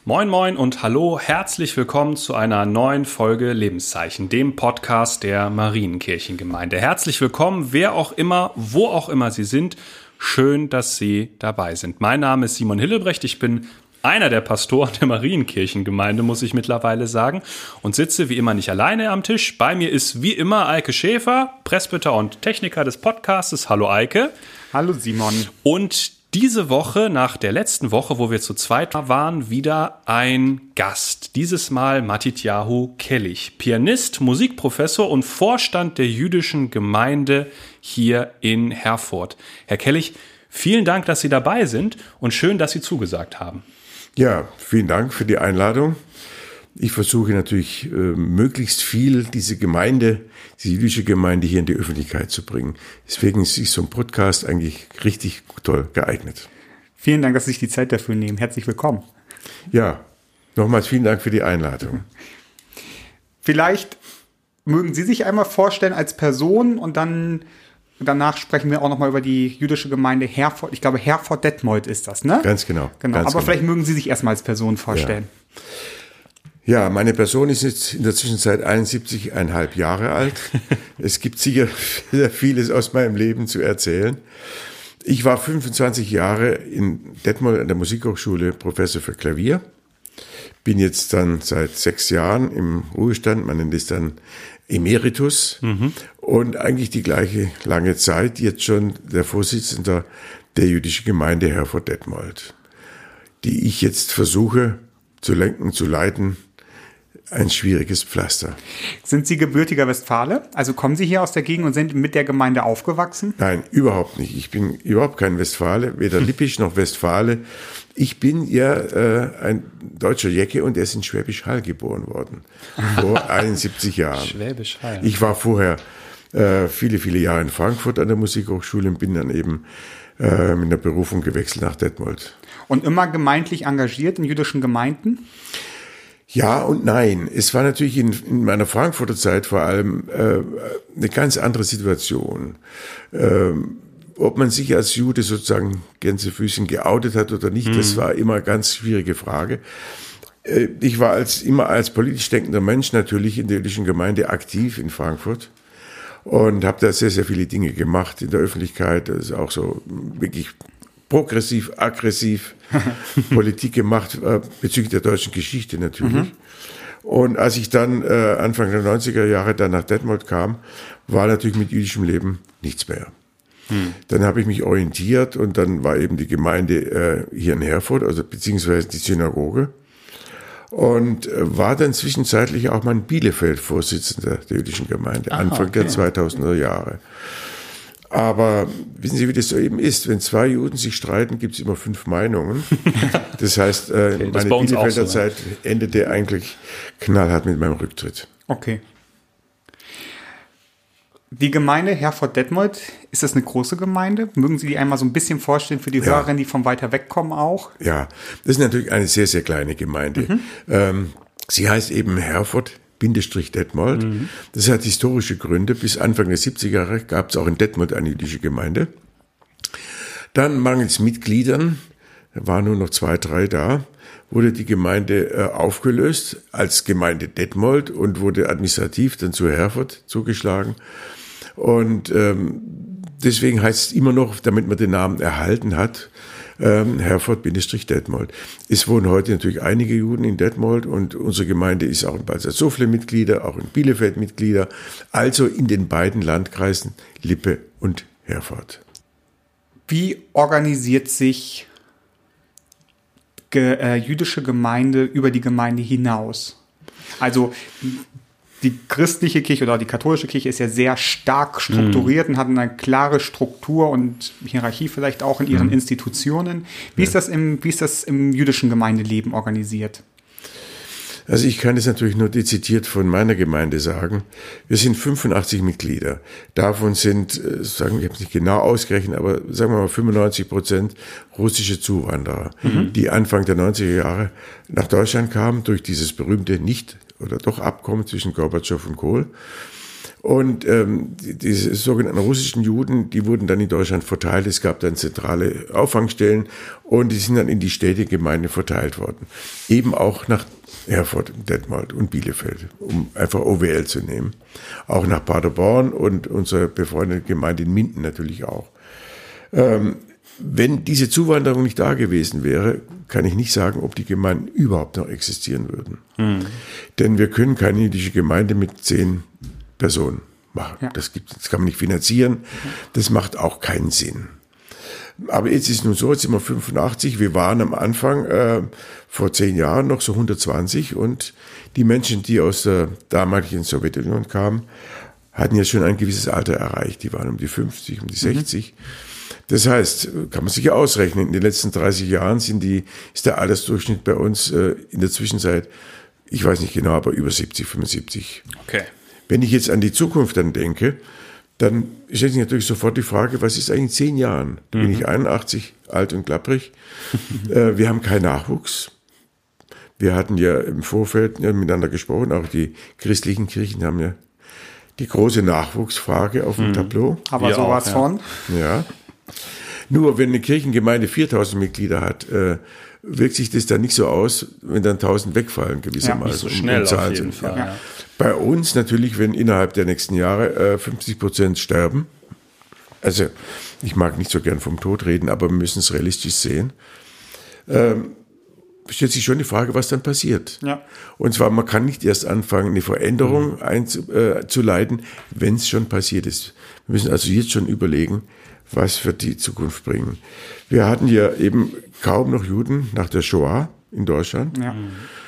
Moin moin und hallo, herzlich willkommen zu einer neuen Folge Lebenszeichen, dem Podcast der Marienkirchengemeinde. Herzlich willkommen, wer auch immer, wo auch immer Sie sind. Schön, dass Sie dabei sind. Mein Name ist Simon Hillebrecht, ich bin einer der Pastoren der Marienkirchengemeinde, muss ich mittlerweile sagen, und sitze wie immer nicht alleine am Tisch. Bei mir ist wie immer Eike Schäfer, Presbyter und Techniker des Podcastes. Hallo Eike. Hallo Simon. Und diese Woche, nach der letzten Woche, wo wir zu zweit waren, wieder ein Gast. Dieses Mal Matityahu Kellich, Pianist, Musikprofessor und Vorstand der jüdischen Gemeinde hier in Herford. Herr Kellich, vielen Dank, dass Sie dabei sind und schön, dass Sie zugesagt haben. Ja, vielen Dank für die Einladung. Ich versuche natürlich möglichst viel diese jüdische Gemeinde hier in die Öffentlichkeit zu bringen. Deswegen ist so ein Podcast eigentlich richtig toll geeignet. Vielen Dank, dass Sie sich die Zeit dafür nehmen. Herzlich willkommen. Ja, nochmals vielen Dank für die Einladung. Vielleicht mögen Sie sich einmal vorstellen als Person und danach sprechen wir auch nochmal über die jüdische Gemeinde Herford. Ich glaube, Herford-Detmold ist das, ne? Ganz genau. Aber vielleicht mögen Sie sich erstmal als Person vorstellen. Ja, meine Person ist jetzt in der Zwischenzeit 71,5 Jahre alt. Es gibt sicher sehr vieles aus meinem Leben zu erzählen. Ich war 25 Jahre in Detmold an der Musikhochschule Professor für Klavier. Bin jetzt dann seit 6 Jahren im Ruhestand, man nennt es dann Emeritus. Und eigentlich die gleiche lange Zeit jetzt schon der Vorsitzende der jüdischen Gemeinde Herford-Detmold, die ich jetzt versuche zu lenken, zu leiten. Ein schwieriges Pflaster. Sind Sie gebürtiger Westfale? Also kommen Sie hier aus der Gegend und sind mit der Gemeinde aufgewachsen? Nein, überhaupt nicht. Ich bin überhaupt kein Westfale, weder Lippisch noch Westfale. Ich bin ja ein deutscher Jecke und er ist in Schwäbisch Hall geboren worden. Vor 71 Jahren. Schwäbisch Hall. Ich war vorher viele, viele Jahre in Frankfurt an der Musikhochschule und bin dann eben mit der Berufung gewechselt nach Detmold. Und immer gemeindlich engagiert in jüdischen Gemeinden? Ja und nein. Es war natürlich in meiner Frankfurter Zeit vor allem eine ganz andere Situation. Ob man sich als Jude sozusagen Gänsefüßchen geoutet hat oder nicht, das war immer eine ganz schwierige Frage. Ich war immer als politisch denkender Mensch natürlich in der jüdischen Gemeinde aktiv in Frankfurt und habe da sehr, sehr viele Dinge gemacht in der Öffentlichkeit. Das ist auch so wirklich progressiv, aggressiv Politik gemacht, bezüglich der deutschen Geschichte natürlich. Und als ich dann Anfang der 90er Jahre dann nach Detmold kam, war natürlich mit jüdischem Leben nichts mehr. Dann habe ich mich orientiert und dann war eben die Gemeinde hier in Herford, also beziehungsweise die Synagoge. Und war dann zwischenzeitlich auch mal in Bielefeld Vorsitzender der jüdischen Gemeinde, Anfang der 2000er Jahre. Aber wissen Sie, wie das so eben ist? Wenn 2 Juden sich streiten, gibt es immer 5 Meinungen. Das heißt, meine Bielefelder Zeit endete eigentlich knallhart mit meinem Rücktritt. Okay. Die Gemeinde Herford-Detmold, ist das eine große Gemeinde? Mögen Sie die einmal so ein bisschen vorstellen für die Hörerinnen, die von weiter weg kommen auch? Ja, das ist natürlich eine sehr, sehr kleine Gemeinde. Sie heißt eben Herford-Detmold. Das hat historische Gründe. Bis Anfang der 70er Jahre gab es auch in Detmold eine jüdische Gemeinde. Dann mangels Mitgliedern, da waren nur noch 2, 3 da, wurde die Gemeinde aufgelöst als Gemeinde Detmold und wurde administrativ dann zu Herford zugeschlagen. Und deswegen heißt es immer noch, damit man den Namen erhalten hat, Herford-Detmold. Es wohnen heute natürlich einige Juden in Detmold und unsere Gemeinde ist auch in Balzers-Sofle Mitglieder, auch in Bielefeld Mitglieder, also in den beiden Landkreisen Lippe und Herford. Wie organisiert sich jüdische Gemeinde über die Gemeinde hinaus? Also die christliche Kirche oder die katholische Kirche ist ja sehr stark strukturiert und hat eine klare Struktur und Hierarchie vielleicht auch in ihren Institutionen. Wie ist das im jüdischen Gemeindeleben organisiert? Also ich kann es natürlich nur dezidiert von meiner Gemeinde sagen. Wir sind 85 Mitglieder. Davon sind, ich habe es nicht genau ausgerechnet, aber sagen wir mal 95% russische Zuwanderer, die Anfang der 90er Jahre nach Deutschland kamen durch dieses berühmte Abkommen zwischen Gorbatschow und Kohl. Und diese sogenannten russischen Juden, die wurden dann in Deutschland verteilt. Es gab dann zentrale Auffangstellen und die sind dann in die Städte, Gemeinden verteilt worden. Eben auch nach Erfurt, Detmold und Bielefeld, um einfach OWL zu nehmen. Auch nach Paderborn und unsere befreundete Gemeinde in Minden natürlich auch. Wenn diese Zuwanderung nicht da gewesen wäre, kann ich nicht sagen, ob die Gemeinden überhaupt noch existieren würden. Denn wir können keine jüdische Gemeinde mit 10 Personen machen. Ja. Das kann man nicht finanzieren. Das macht auch keinen Sinn. Aber jetzt ist nun so, jetzt sind wir 85. Wir waren am Anfang vor 10 Jahren noch so 120 und die Menschen, die aus der damaligen Sowjetunion kamen, hatten ja schon ein gewisses Alter erreicht. Die waren um die 50, um die 60. Das heißt, kann man sich ja ausrechnen, in den letzten 30 Jahren ist der Altersdurchschnitt bei uns in der Zwischenzeit, ich weiß nicht genau, aber über 70, 75. Okay. Wenn ich jetzt an die Zukunft dann denke, dann stellt sich natürlich sofort die Frage, was ist eigentlich in 10 Jahren? Da bin ich 81, alt und klapprig. Wir haben keinen Nachwuchs. Wir hatten ja im Vorfeld miteinander gesprochen, auch die christlichen Kirchen haben ja die große Nachwuchsfrage auf dem Tableau. Aber sowas von. Ja. Nur wenn eine Kirchengemeinde 4000 Mitglieder hat, wirkt sich das dann nicht so aus, wenn dann 1000 wegfallen gewissermaßen. Nicht so schnell auf jeden Fall. Ja. Bei uns natürlich, wenn innerhalb der nächsten Jahre 50% sterben, also ich mag nicht so gern vom Tod reden, aber wir müssen es realistisch sehen, stellt sich schon die Frage, was dann passiert. Ja. Und zwar, man kann nicht erst anfangen, eine Veränderung einzuleiten, wenn es schon passiert ist. Wir müssen also jetzt schon überlegen, was wird die Zukunft bringen. Wir hatten ja eben kaum noch Juden nach der Shoah in Deutschland. Ja.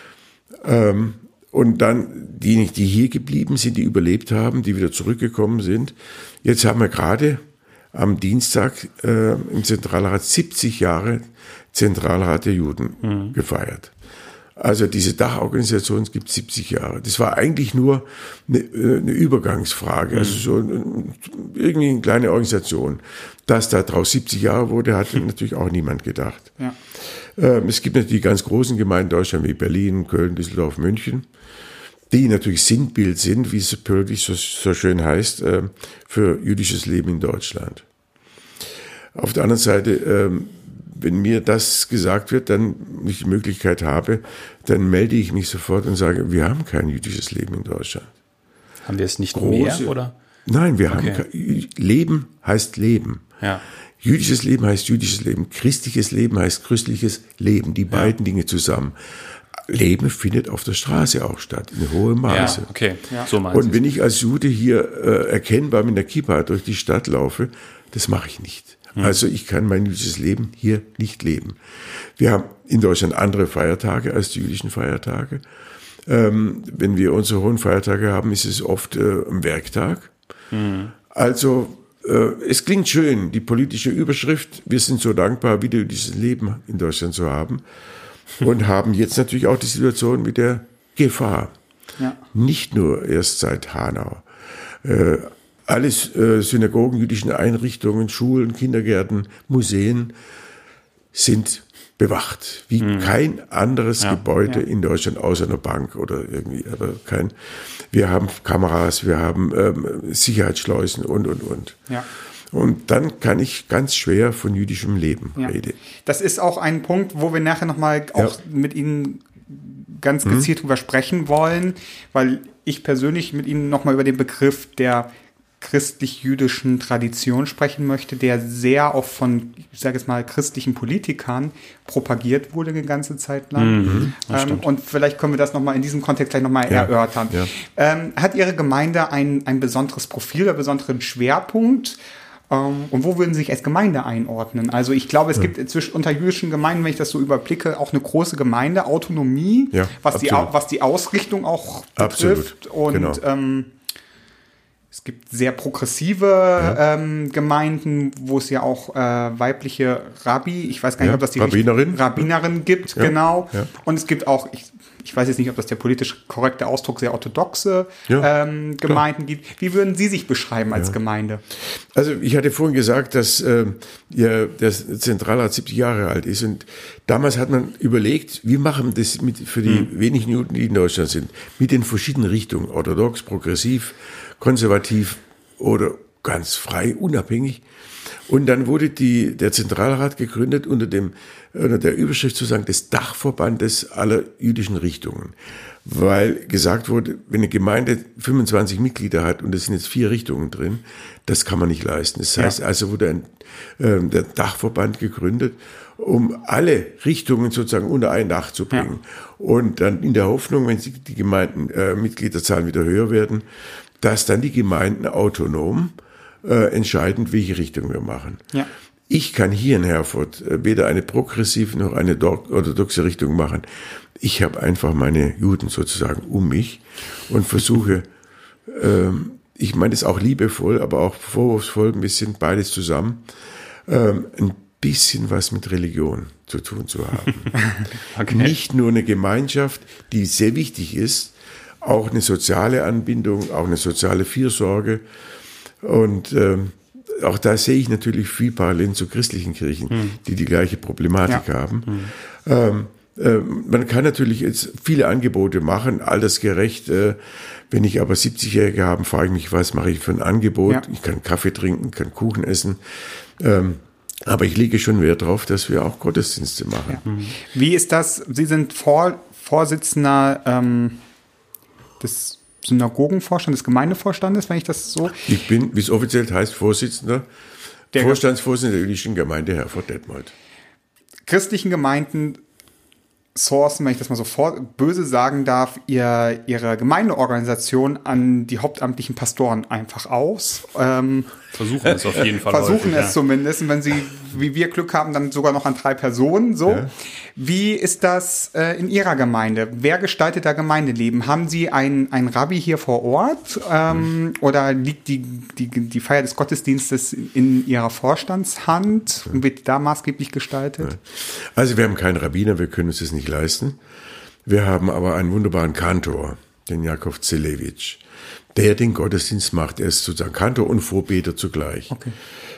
Und dann die hier geblieben sind, die überlebt haben, die wieder zurückgekommen sind. Jetzt haben wir gerade am Dienstag im Zentralrat 70 Jahre Zentralrat der Juden gefeiert. Also diese Dachorganisation gibt 70 Jahre. Das war eigentlich nur eine Übergangsfrage, also so irgendwie eine kleine Organisation. Dass da draus 70 Jahre wurde, hat natürlich auch niemand gedacht. Ja. Es gibt natürlich die ganz großen Gemeinden in Deutschland wie Berlin, Köln, Düsseldorf, München, die natürlich Sinnbild sind, wie es wirklich so schön heißt, für jüdisches Leben in Deutschland. Auf der anderen Seite, wenn mir das gesagt wird, dann ich die Möglichkeit habe, dann melde ich mich sofort und sage, wir haben kein jüdisches Leben in Deutschland. Haben wir es nicht mehr, oder? Nein, wir haben Leben heißt Leben. Ja. Jüdisches Leben heißt jüdisches Leben. Christliches Leben heißt christliches Leben. Die beiden Dinge zusammen. Leben findet auf der Straße auch statt, in hohem Maße. Ja, okay. Ja. So meinst und wenn ich als Jude hier erkennbar mit der Kippa durch die Stadt laufe, das mache ich nicht. Also ich kann mein jüdisches Leben hier nicht leben. Wir haben in Deutschland andere Feiertage als die jüdischen Feiertage. Wenn wir unsere hohen Feiertage haben, ist es oft am Werktag. Also es klingt schön, die politische Überschrift, wir sind so dankbar, wieder dieses Leben in Deutschland zu haben. Und haben jetzt natürlich auch die Situation mit der Gefahr. Ja. Nicht nur erst seit Hanau. Alle Synagogen, jüdischen Einrichtungen, Schulen, Kindergärten, Museen sind bewacht. Wie kein anderes Gebäude in Deutschland, außer einer Bank oder irgendwie. Aber wir haben Kameras, wir haben Sicherheitsschleusen und. Ja. Und dann kann ich ganz schwer von jüdischem Leben reden. Das ist auch ein Punkt, wo wir nachher nochmal auch mit Ihnen ganz gezielt drüber sprechen wollen, weil ich persönlich mit Ihnen nochmal über den Begriff der christlich-jüdischen Tradition sprechen möchte, der sehr oft von, ich sage jetzt mal, christlichen Politikern propagiert wurde eine ganze Zeit lang. Und vielleicht können wir das nochmal in diesem Kontext gleich nochmal erörtern. Ja. Hat Ihre Gemeinde ein besonderes Profil oder besonderen Schwerpunkt? Und wo würden Sie sich als Gemeinde einordnen? Also ich glaube, es gibt unter jüdischen Gemeinden, wenn ich das so überblicke, auch eine große Gemeindeautonomie, was die Ausrichtung auch betrifft. Absolut. Und es gibt sehr progressive Gemeinden, wo es ja auch weibliche ich weiß gar nicht, ob das die Rabbinerin gibt, genau. Ja. Und es gibt auch, ich weiß jetzt nicht, ob das der politisch korrekte Ausdruck, sehr orthodoxe Gemeinden gibt. Wie würden Sie sich beschreiben als Gemeinde? Also ich hatte vorhin gesagt, dass der Zentralrat 70 Jahre alt ist und damals hat man überlegt, wie machen wir das für die wenigen Juden, die in Deutschland sind, mit den verschiedenen Richtungen, orthodox, progressiv, konservativ oder ganz frei, unabhängig. Und dann wurde der Zentralrat gegründet unter der Überschrift sozusagen des Dachverbandes aller jüdischen Richtungen. Weil gesagt wurde, wenn eine Gemeinde 25 Mitglieder hat und es sind jetzt 4 Richtungen drin, das kann man nicht leisten. Das heißt also, wurde der Dachverband gegründet, um alle Richtungen sozusagen unter ein Dach zu bringen. Ja. Und dann in der Hoffnung, wenn die Mitgliederzahlen wieder höher werden, dass dann die Gemeinden autonom entscheiden, welche Richtung wir machen. Ja. Ich kann hier in Herford weder eine progressive noch eine orthodoxe Richtung machen. Ich habe einfach meine Juden sozusagen um mich und versuche, ich meine es auch liebevoll, aber auch vorwurfsvoll, ein bisschen beides zusammen, ein bisschen was mit Religion zu tun zu haben. Okay. Nicht nur eine Gemeinschaft, die sehr wichtig ist, auch eine soziale Anbindung, auch eine soziale Fürsorge. Und auch da sehe ich natürlich viel Parallelen zu christlichen Kirchen, die gleiche Problematik haben. Man kann natürlich jetzt viele Angebote machen, altersgerecht. Wenn ich aber 70-Jährige habe, frage ich mich, was mache ich für ein Angebot? Ja. Ich kann Kaffee trinken, kann Kuchen essen. Aber ich lege schon Wert darauf, dass wir auch Gottesdienste machen. Ja. Wie ist das? Sie sind Vorsitzender des Synagogenvorstands, des Gemeindevorstandes, wenn ich das so... Ich bin, wie es offiziell heißt, Vorsitzender, Vorstandsvorsitzender der jüdischen Gemeinde Herford-Detmold. Christlichen Gemeinden sourcen, wenn ich das mal so böse sagen darf, ihre Gemeindeorganisation an die hauptamtlichen Pastoren einfach aus. Versuchen es auf jeden Fall. Versuchen es zumindest. Und wenn sie, wie wir Glück haben, dann sogar noch an 3 Personen. So. Ja. Wie ist das in Ihrer Gemeinde? Wer gestaltet da Gemeindeleben? Haben Sie einen Rabbi hier vor Ort? Oder liegt die Feier des Gottesdienstes in Ihrer Vorstandshand und wird da maßgeblich gestaltet? Ja. Also wir haben keinen Rabbiner, wir können uns das nicht leisten. Wir haben aber einen wunderbaren Kantor, den Jakov Zelewitsch, der den Gottesdienst macht. Er ist sozusagen Kantor und Vorbeter zugleich. Okay.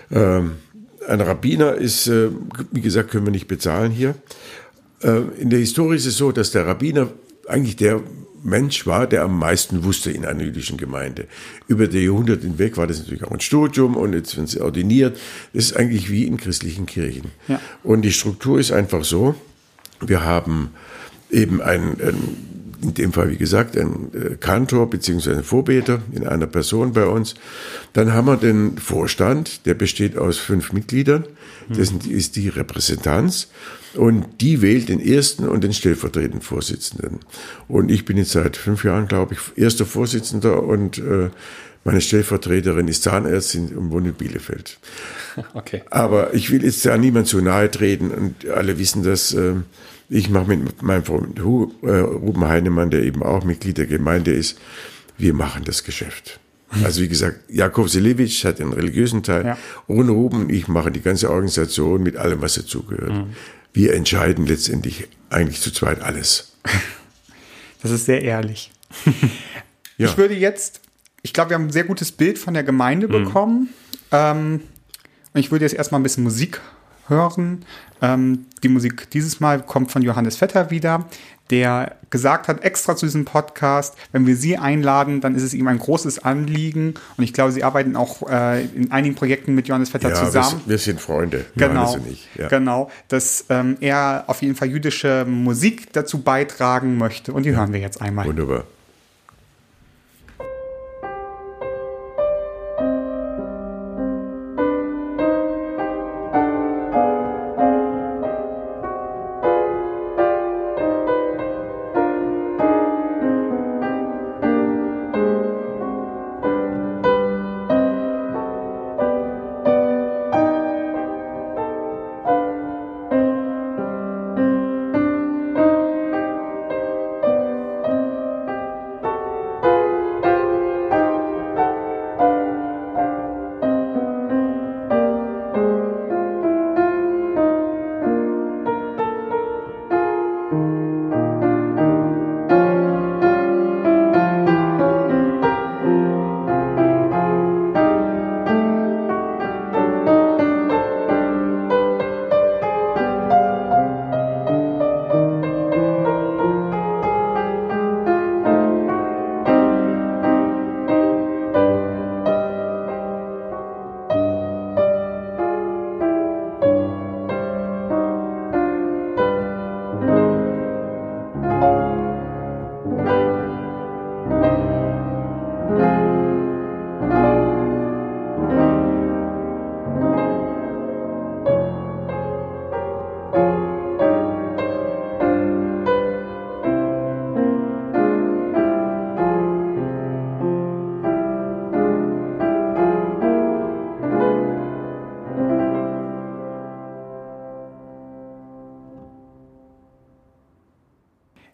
Ein Rabbiner ist, wie gesagt, können wir nicht bezahlen hier. In der Historie ist es so, dass der Rabbiner eigentlich der Mensch war, der am meisten wusste in einer jüdischen Gemeinde. Über die Jahrhunderte hinweg war das natürlich auch ein Studium und jetzt werden sie ordiniert. Das ist eigentlich wie in christlichen Kirchen. Ja. Und die Struktur ist einfach so, wir haben eben in dem Fall, wie gesagt, ein Kantor bzw. ein Vorbeter in einer Person bei uns. Dann haben wir den Vorstand, der besteht aus 5 Mitgliedern. Das ist die Repräsentanz. Und die wählt den ersten und den stellvertretenden Vorsitzenden. Und ich bin jetzt seit 5 Jahren, glaube ich, erster Vorsitzender und meine Stellvertreterin ist Zahnärztin und wohnt in Bielefeld. Okay. Aber ich will jetzt da niemand zu nahe treten und alle wissen, dass ich mache mit meinem Freund Ruben Heinemann, der eben auch Mitglied der Gemeinde ist, wir machen das Geschäft. Also wie gesagt, Jakov Zelewitsch hat den religiösen Teil. Ja. Ohne Ruben, ich mache die ganze Organisation mit allem, was dazugehört. Wir entscheiden letztendlich eigentlich zu zweit alles. Das ist sehr ehrlich. Ja. Ich würde jetzt, ich glaube, wir haben ein sehr gutes Bild von der Gemeinde bekommen. Und ich würde jetzt erstmal ein bisschen Musik hören. Die Musik dieses Mal kommt von Johannes Vetter wieder, der gesagt hat, extra zu diesem Podcast, wenn wir Sie einladen, dann ist es ihm ein großes Anliegen. Und ich glaube, Sie arbeiten auch in einigen Projekten mit Johannes Vetter zusammen. Wir sind Freunde, genau, und ich. Ja. Genau, dass er auf jeden Fall jüdische Musik dazu beitragen möchte. Und die hören wir jetzt einmal. Wunderbar.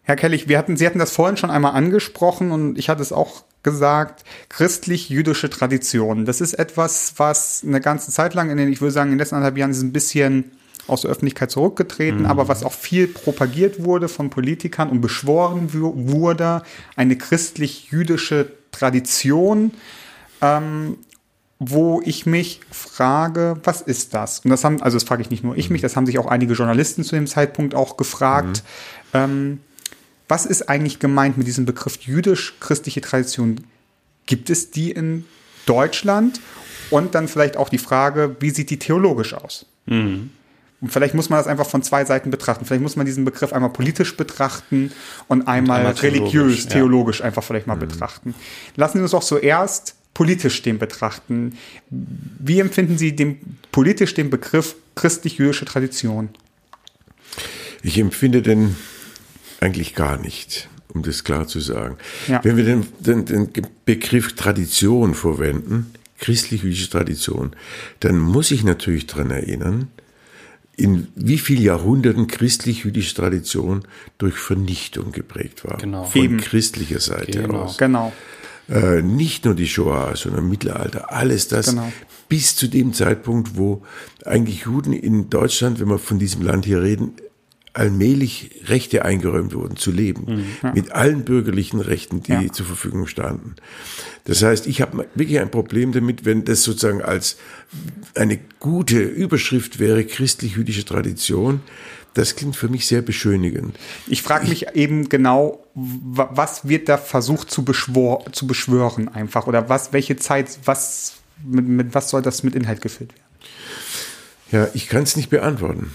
Herr Kellich, Sie hatten das vorhin schon einmal angesprochen und ich hatte es auch gesagt, christlich-jüdische Tradition. Das ist etwas, was eine ganze Zeit lang, ich würde sagen, in den letzten 1,5 Jahren ist ein bisschen aus der Öffentlichkeit zurückgetreten, aber was auch viel propagiert wurde von Politikern und beschworen wurde, eine christlich-jüdische Tradition, wo ich mich frage, was ist das? Und das frage ich nicht nur ich mich, das haben sich auch einige Journalisten zu dem Zeitpunkt auch gefragt. Was ist eigentlich gemeint mit diesem Begriff jüdisch-christliche Tradition? Gibt es die in Deutschland? Und dann vielleicht auch die Frage, wie sieht die theologisch aus? Und vielleicht muss man das einfach von 2 Seiten betrachten. Vielleicht muss man diesen Begriff einmal politisch betrachten und einmal religiös, theologisch einfach vielleicht mal betrachten. Lassen Sie uns auch zuerst politisch den betrachten. Wie empfinden Sie politisch den Begriff christlich-jüdische Tradition? Ich empfinde den eigentlich gar nicht, um das klar zu sagen. Ja. Wenn wir den Begriff Tradition verwenden, christlich-jüdische Tradition, dann muss ich natürlich daran erinnern, in wie vielen Jahrhunderten christlich-jüdische Tradition durch Vernichtung geprägt war. Genau. Von christlicher Seite aus. Genau. Nicht nur die Shoah, sondern Mittelalter, alles das bis zu dem Zeitpunkt, wo eigentlich Juden in Deutschland, wenn wir von diesem Land hier reden, allmählich Rechte eingeräumt wurden, zu leben. Mit allen bürgerlichen Rechten, die zur Verfügung standen. Das heißt, ich habe wirklich ein Problem damit, wenn das sozusagen als eine gute Überschrift wäre, christlich-jüdische Tradition. Das klingt für mich sehr beschönigend. Ich frage mich eben genau, was wird da versucht zu beschwören einfach? Oder welche Zeit, mit was soll das mit Inhalt gefüllt werden? Ja, ich kann es nicht beantworten.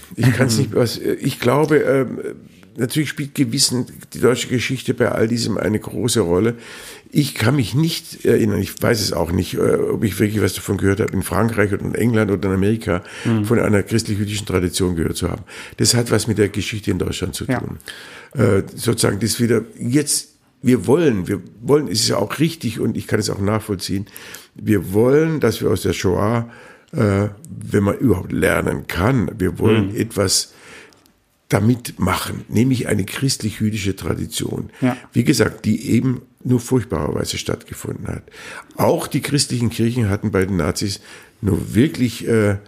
Ich glaube, natürlich spielt gewissen die deutsche Geschichte bei all diesem eine große Rolle. Ich kann mich nicht erinnern, ich weiß es auch nicht, ob ich wirklich was davon gehört habe, in Frankreich oder in England oder in Amerika von einer christlich-jüdischen Tradition gehört zu haben. Das hat was mit der Geschichte in Deutschland zu tun. Sozusagen das wieder jetzt, wir wollen, es ist ja auch richtig und ich kann es auch nachvollziehen, wir wollen, dass wir aus der Shoah, wenn man überhaupt lernen kann, wir wollen etwas damit machen, nämlich eine christlich-jüdische Tradition. Ja. Wie gesagt, die eben nur furchtbarerweise stattgefunden hat. Auch die christlichen Kirchen hatten bei den Nazis nur wirklich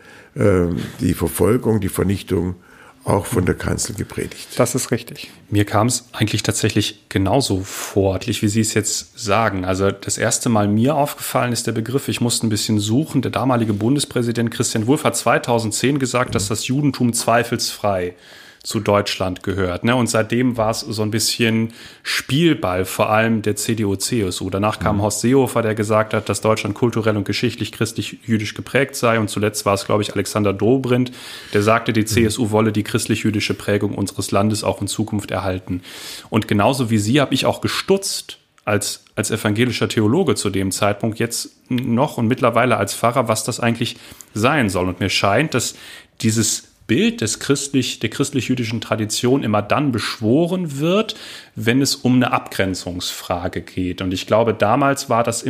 die Verfolgung, die Vernichtung auch von der Kanzel gepredigt. Das ist richtig. Mir kam es eigentlich tatsächlich genauso vor, wie Sie es jetzt sagen. Also das erste Mal mir aufgefallen ist der Begriff, ich musste ein bisschen suchen. Der damalige Bundespräsident Christian Wulff hat 2010 gesagt, dass das Judentum zweifelsfrei zu Deutschland gehört. Ne? Und seitdem war es so ein bisschen Spielball, vor allem der CDU-CSU. Danach kam Horst Seehofer, der gesagt hat, dass Deutschland kulturell und geschichtlich christlich-jüdisch geprägt sei. Und zuletzt war es, glaube ich, Alexander Dobrindt, der sagte, die CSU wolle die christlich-jüdische Prägung unseres Landes auch in Zukunft erhalten. Und genauso wie Sie habe ich auch gestutzt als evangelischer Theologe zu dem Zeitpunkt, jetzt noch und mittlerweile als Pfarrer, was das eigentlich sein soll. Und mir scheint, dass dieses Bild der christlich-jüdischen Tradition immer dann beschworen wird, wenn es um eine Abgrenzungsfrage geht. Und ich glaube, damals war das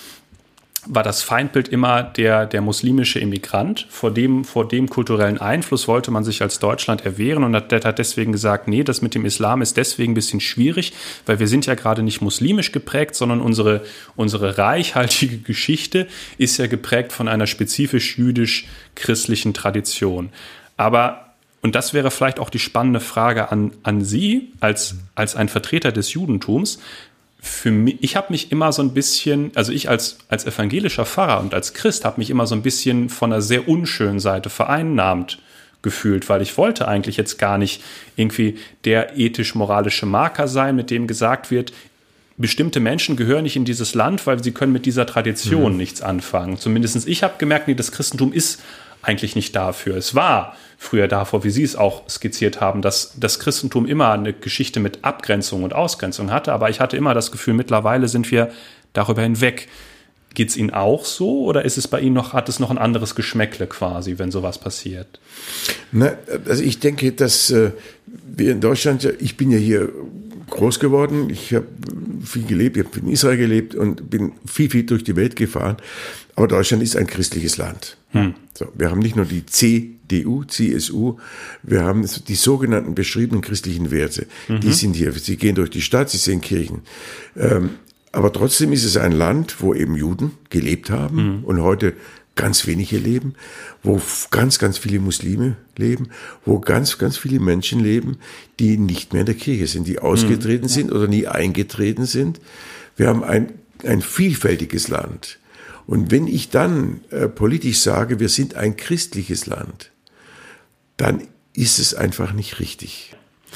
Feindbild immer der muslimische Immigrant. Vor dem kulturellen Einfluss wollte man sich als Deutschland erwehren und hat deswegen gesagt, nee, das mit dem Islam ist deswegen ein bisschen schwierig, weil wir sind ja gerade nicht muslimisch geprägt, sondern unsere reichhaltige Geschichte ist ja geprägt von einer spezifisch jüdisch-christlichen Tradition. Aber, und das wäre vielleicht auch die spannende Frage an Sie als ein Vertreter des Judentums, für mich, ich habe mich immer so ein bisschen, also ich als evangelischer Pfarrer und als Christ habe mich immer so ein bisschen von einer sehr unschönen Seite vereinnahmt gefühlt, weil ich wollte eigentlich jetzt gar nicht irgendwie der ethisch-moralische Marker sein, mit dem gesagt wird, bestimmte Menschen gehören nicht in dieses Land, weil sie können mit dieser Tradition nichts anfangen. Zumindest ich habe gemerkt, nee, das Christentum ist eigentlich nicht dafür. Es war früher davor, wie Sie es auch skizziert haben, dass das Christentum immer eine Geschichte mit Abgrenzung und Ausgrenzung hatte, aber ich hatte immer das Gefühl, mittlerweile sind wir darüber hinweg. Geht es Ihnen auch so oder ist es bei Ihnen hat es noch ein anderes Geschmäckle quasi, wenn sowas passiert? Na, also ich denke, dass wir in Deutschland, ich bin ja hier groß geworden. Ich habe viel gelebt, ich habe in Israel gelebt und bin viel durch die Welt gefahren. Aber Deutschland ist ein christliches Land. So, wir haben nicht nur die CDU, CSU, wir haben die sogenannten beschriebenen christlichen Werte. Die sind hier. Sie gehen durch die Stadt, sie sehen Kirchen. Aber trotzdem ist es ein Land, wo eben Juden gelebt haben und heute ganz wenige leben, wo ganz viele Muslime leben, wo ganz viele Menschen leben, die nicht mehr in der Kirche sind, die ausgetreten sind oder nie eingetreten sind. Wir haben ein vielfältiges Land. Und wenn ich dann politisch sage, wir sind ein christliches Land, dann ist es einfach nicht richtig.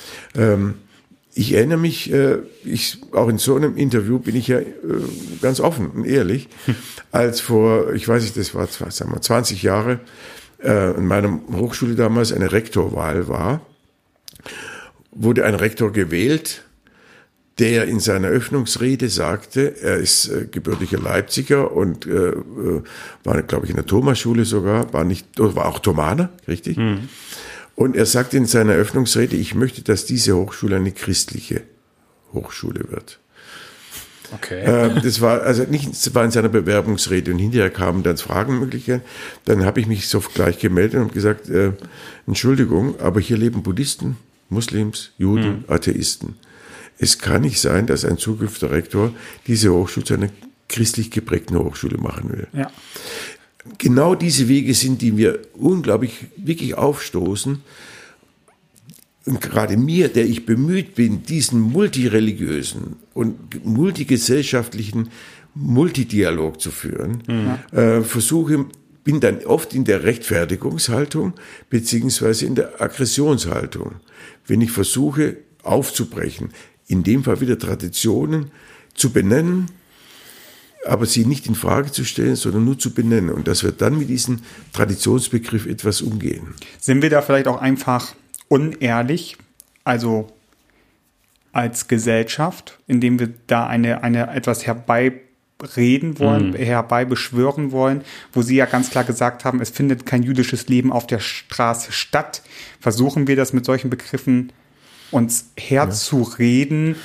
Ich erinnere mich, auch in so einem Interview bin ich ja ganz offen und ehrlich, als vor, ich weiß nicht, das war 20 Jahre, in meiner Hochschule damals eine Rektorwahl war, wurde ein Rektor gewählt, der in seiner Öffnungsrede sagte, er ist gebürtiger Leipziger und war, glaube ich, in der Thomasschule sogar, war auch Thomaner, richtig? Und er sagte in seiner Öffnungsrede, ich möchte, dass diese Hochschule eine christliche Hochschule wird. Okay. Das war in seiner Bewerbungsrede und hinterher kamen dann Fragenmöglichkeiten. Dann habe ich mich sogleich gemeldet und gesagt, Entschuldigung, aber hier leben Buddhisten, Muslims, Juden, Atheisten. Es kann nicht sein, dass ein zukünftiger Rektor diese Hochschule zu einer christlich geprägten Hochschule machen will. Ja. Genau diese Wege sind, die mir unglaublich wirklich aufstoßen. Und gerade mir, der ich bemüht bin, diesen multireligiösen und multigesellschaftlichen Multidialog zu führen, bin dann oft in der Rechtfertigungshaltung beziehungsweise in der Aggressionshaltung. Wenn ich versuche aufzubrechen, in dem Fall wieder Traditionen zu benennen, aber sie nicht in Frage zu stellen, sondern nur zu benennen. Und dass wir dann mit diesem Traditionsbegriff etwas umgehen. Sind wir da vielleicht auch einfach unehrlich, also als Gesellschaft, indem wir da eine etwas herbeireden wollen, herbeibeschwören wollen, wo Sie ja ganz klar gesagt haben, es findet kein jüdisches Leben auf der Straße statt. Versuchen wir das mit solchen Begriffen uns herzureden,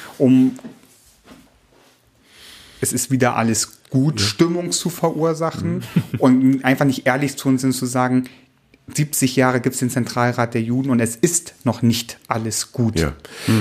es ist wieder alles gut, Stimmung zu verursachen und einfach nicht ehrlich zu uns sind, zu sagen, 70 Jahre gibt es den Zentralrat der Juden und es ist noch nicht alles gut. Ja.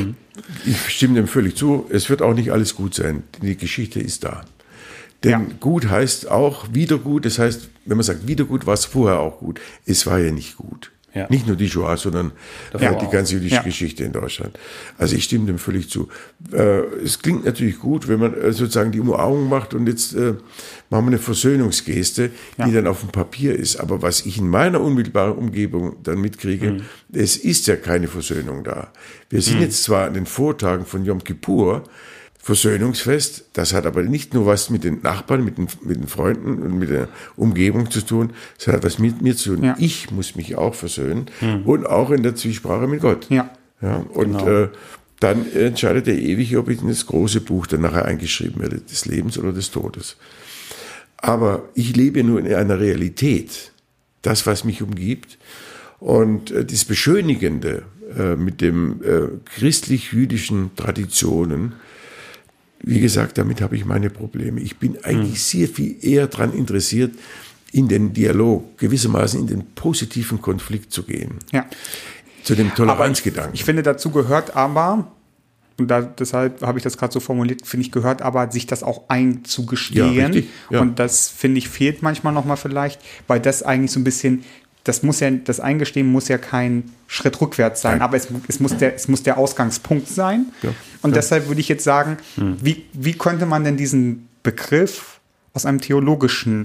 Ich stimme dem völlig zu. Es wird auch nicht alles gut sein. Die Geschichte ist da. Denn gut heißt auch Wiedergut. Das heißt, wenn man sagt Wiedergut, war es vorher auch gut. Es war ja nicht gut. Ja. Nicht nur die Shoah, sondern die ganze jüdische Geschichte in Deutschland. Also ich stimme dem völlig zu. Es klingt natürlich gut, wenn man sozusagen die Umarmung macht und jetzt machen wir eine Versöhnungsgeste, die dann auf dem Papier ist. Aber was ich in meiner unmittelbaren Umgebung dann mitkriege, es ist ja keine Versöhnung da. Wir sind jetzt zwar an den Vortagen von Yom Kippur, Versöhnungsfest, das hat aber nicht nur was mit den Nachbarn, mit den Freunden und mit der Umgebung zu tun, es hat was mit mir zu tun. Ja. Ich muss mich auch versöhnen und auch in der Zwiesprache mit Gott. Ja. Und dann entscheidet der Ewige, ob ich in das große Buch dann nachher eingeschrieben werde, des Lebens oder des Todes. Aber ich lebe nur in einer Realität, das, was mich umgibt. Und das Beschönigende mit dem christlich-jüdischen Traditionen, wie gesagt, damit habe ich meine Probleme. Ich bin eigentlich sehr viel eher daran interessiert, in den Dialog, gewissermaßen in den positiven Konflikt zu gehen. Ja. Zu dem Toleranzgedanken. Ich finde, dazu gehört aber, und deshalb habe ich das gerade so formuliert, finde ich, gehört aber, sich das auch einzugestehen. Ja, richtig. Ja. Und das, finde ich, fehlt manchmal nochmal vielleicht, weil das eigentlich so ein bisschen, das Eingestehen muss ja kein Schritt rückwärts sein, aber es muss der Ausgangspunkt sein. Ja. Und deshalb würde ich jetzt sagen, wie könnte man denn diesen Begriff aus einem theologischen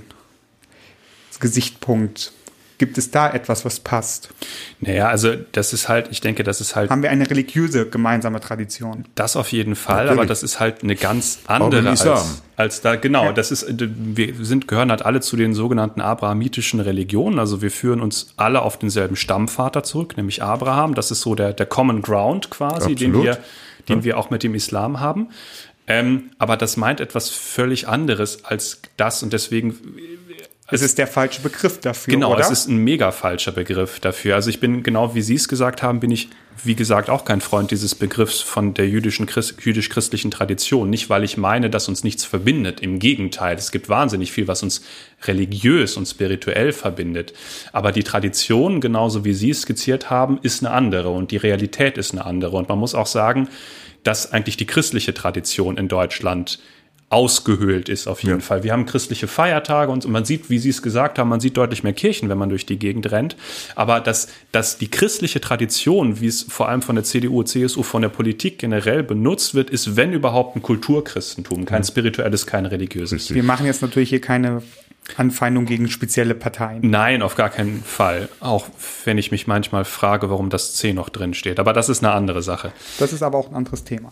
Gesichtspunkt, gibt es da etwas, was passt? Naja, also das ist halt, ich denke, das ist halt... Haben wir eine religiöse gemeinsame Tradition? Das auf jeden Fall, natürlich. Aber das ist halt eine ganz andere als da, genau, das ist, gehören halt alle zu den sogenannten abrahamitischen Religionen, also wir führen uns alle auf denselben Stammvater zurück, nämlich Abraham, das ist so der Common Ground quasi, den wir auch mit dem Islam haben, aber das meint etwas völlig anderes als das und deswegen Es ist der falsche Begriff dafür, genau, oder? Es ist ein mega falscher Begriff dafür. Also ich bin, genau wie Sie es gesagt haben, bin ich, wie gesagt, auch kein Freund dieses Begriffs von der jüdisch-christlichen Tradition. Nicht, weil ich meine, dass uns nichts verbindet. Im Gegenteil, es gibt wahnsinnig viel, was uns religiös und spirituell verbindet. Aber die Tradition, genauso wie Sie es skizziert haben, ist eine andere und die Realität ist eine andere. Und man muss auch sagen, dass eigentlich die christliche Tradition in Deutschland ausgehöhlt ist auf jeden Fall. Wir haben christliche Feiertage und man sieht, wie Sie es gesagt haben, man sieht deutlich mehr Kirchen, wenn man durch die Gegend rennt. Aber dass die christliche Tradition, wie es vor allem von der CDU, CSU, von der Politik generell benutzt wird, ist, wenn überhaupt, ein Kulturchristentum. Kein spirituelles, kein religiöses. Wir machen jetzt natürlich hier keine Anfeindung gegen spezielle Parteien. Nein, auf gar keinen Fall. Auch wenn ich mich manchmal frage, warum das C noch drin steht. Aber das ist eine andere Sache. Das ist aber auch ein anderes Thema.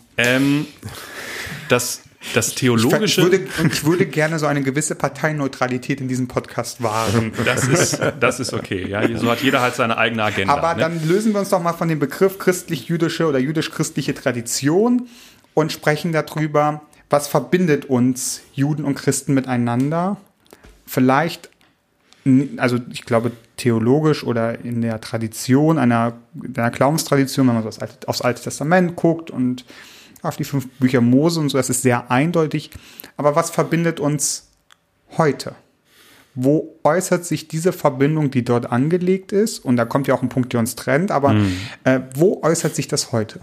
Das Theologische... Ich würde gerne so eine gewisse Parteineutralität in diesem Podcast wahren. Das ist okay. Ja? So hat jeder halt seine eigene Agenda. Aber dann lösen wir uns doch mal von dem Begriff christlich-jüdische oder jüdisch-christliche Tradition und sprechen darüber, was verbindet uns Juden und Christen miteinander. Vielleicht, also ich glaube theologisch oder in der Tradition, einer Glaubenstradition, wenn man so aufs Alte Testament guckt und auf die 5 Bücher Mose und so, das ist sehr eindeutig. Aber was verbindet uns heute? Wo äußert sich diese Verbindung, die dort angelegt ist? Und da kommt ja auch ein Punkt, der uns trennt. Aber wo äußert sich das heute?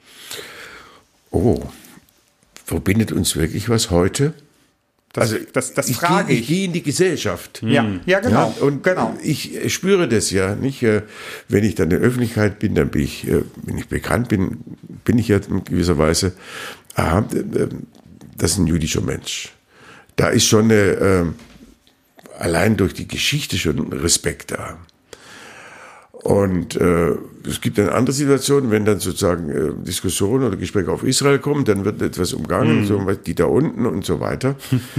Oh, verbindet uns wirklich was heute? Das frage ich. Ich gehe in die Gesellschaft. Ja, genau. Ja, und genau. Ich spüre das ja nicht. Wenn ich dann in der Öffentlichkeit bin, dann bin ich, wenn ich bekannt bin ich ja in gewisser Weise, das ist ein jüdischer Mensch. Da ist schon allein durch die Geschichte schon Respekt da. Und es gibt dann andere Situationen, wenn dann sozusagen Diskussionen oder Gespräche auf Israel kommen, dann wird etwas umgangen, so die da unten und so weiter.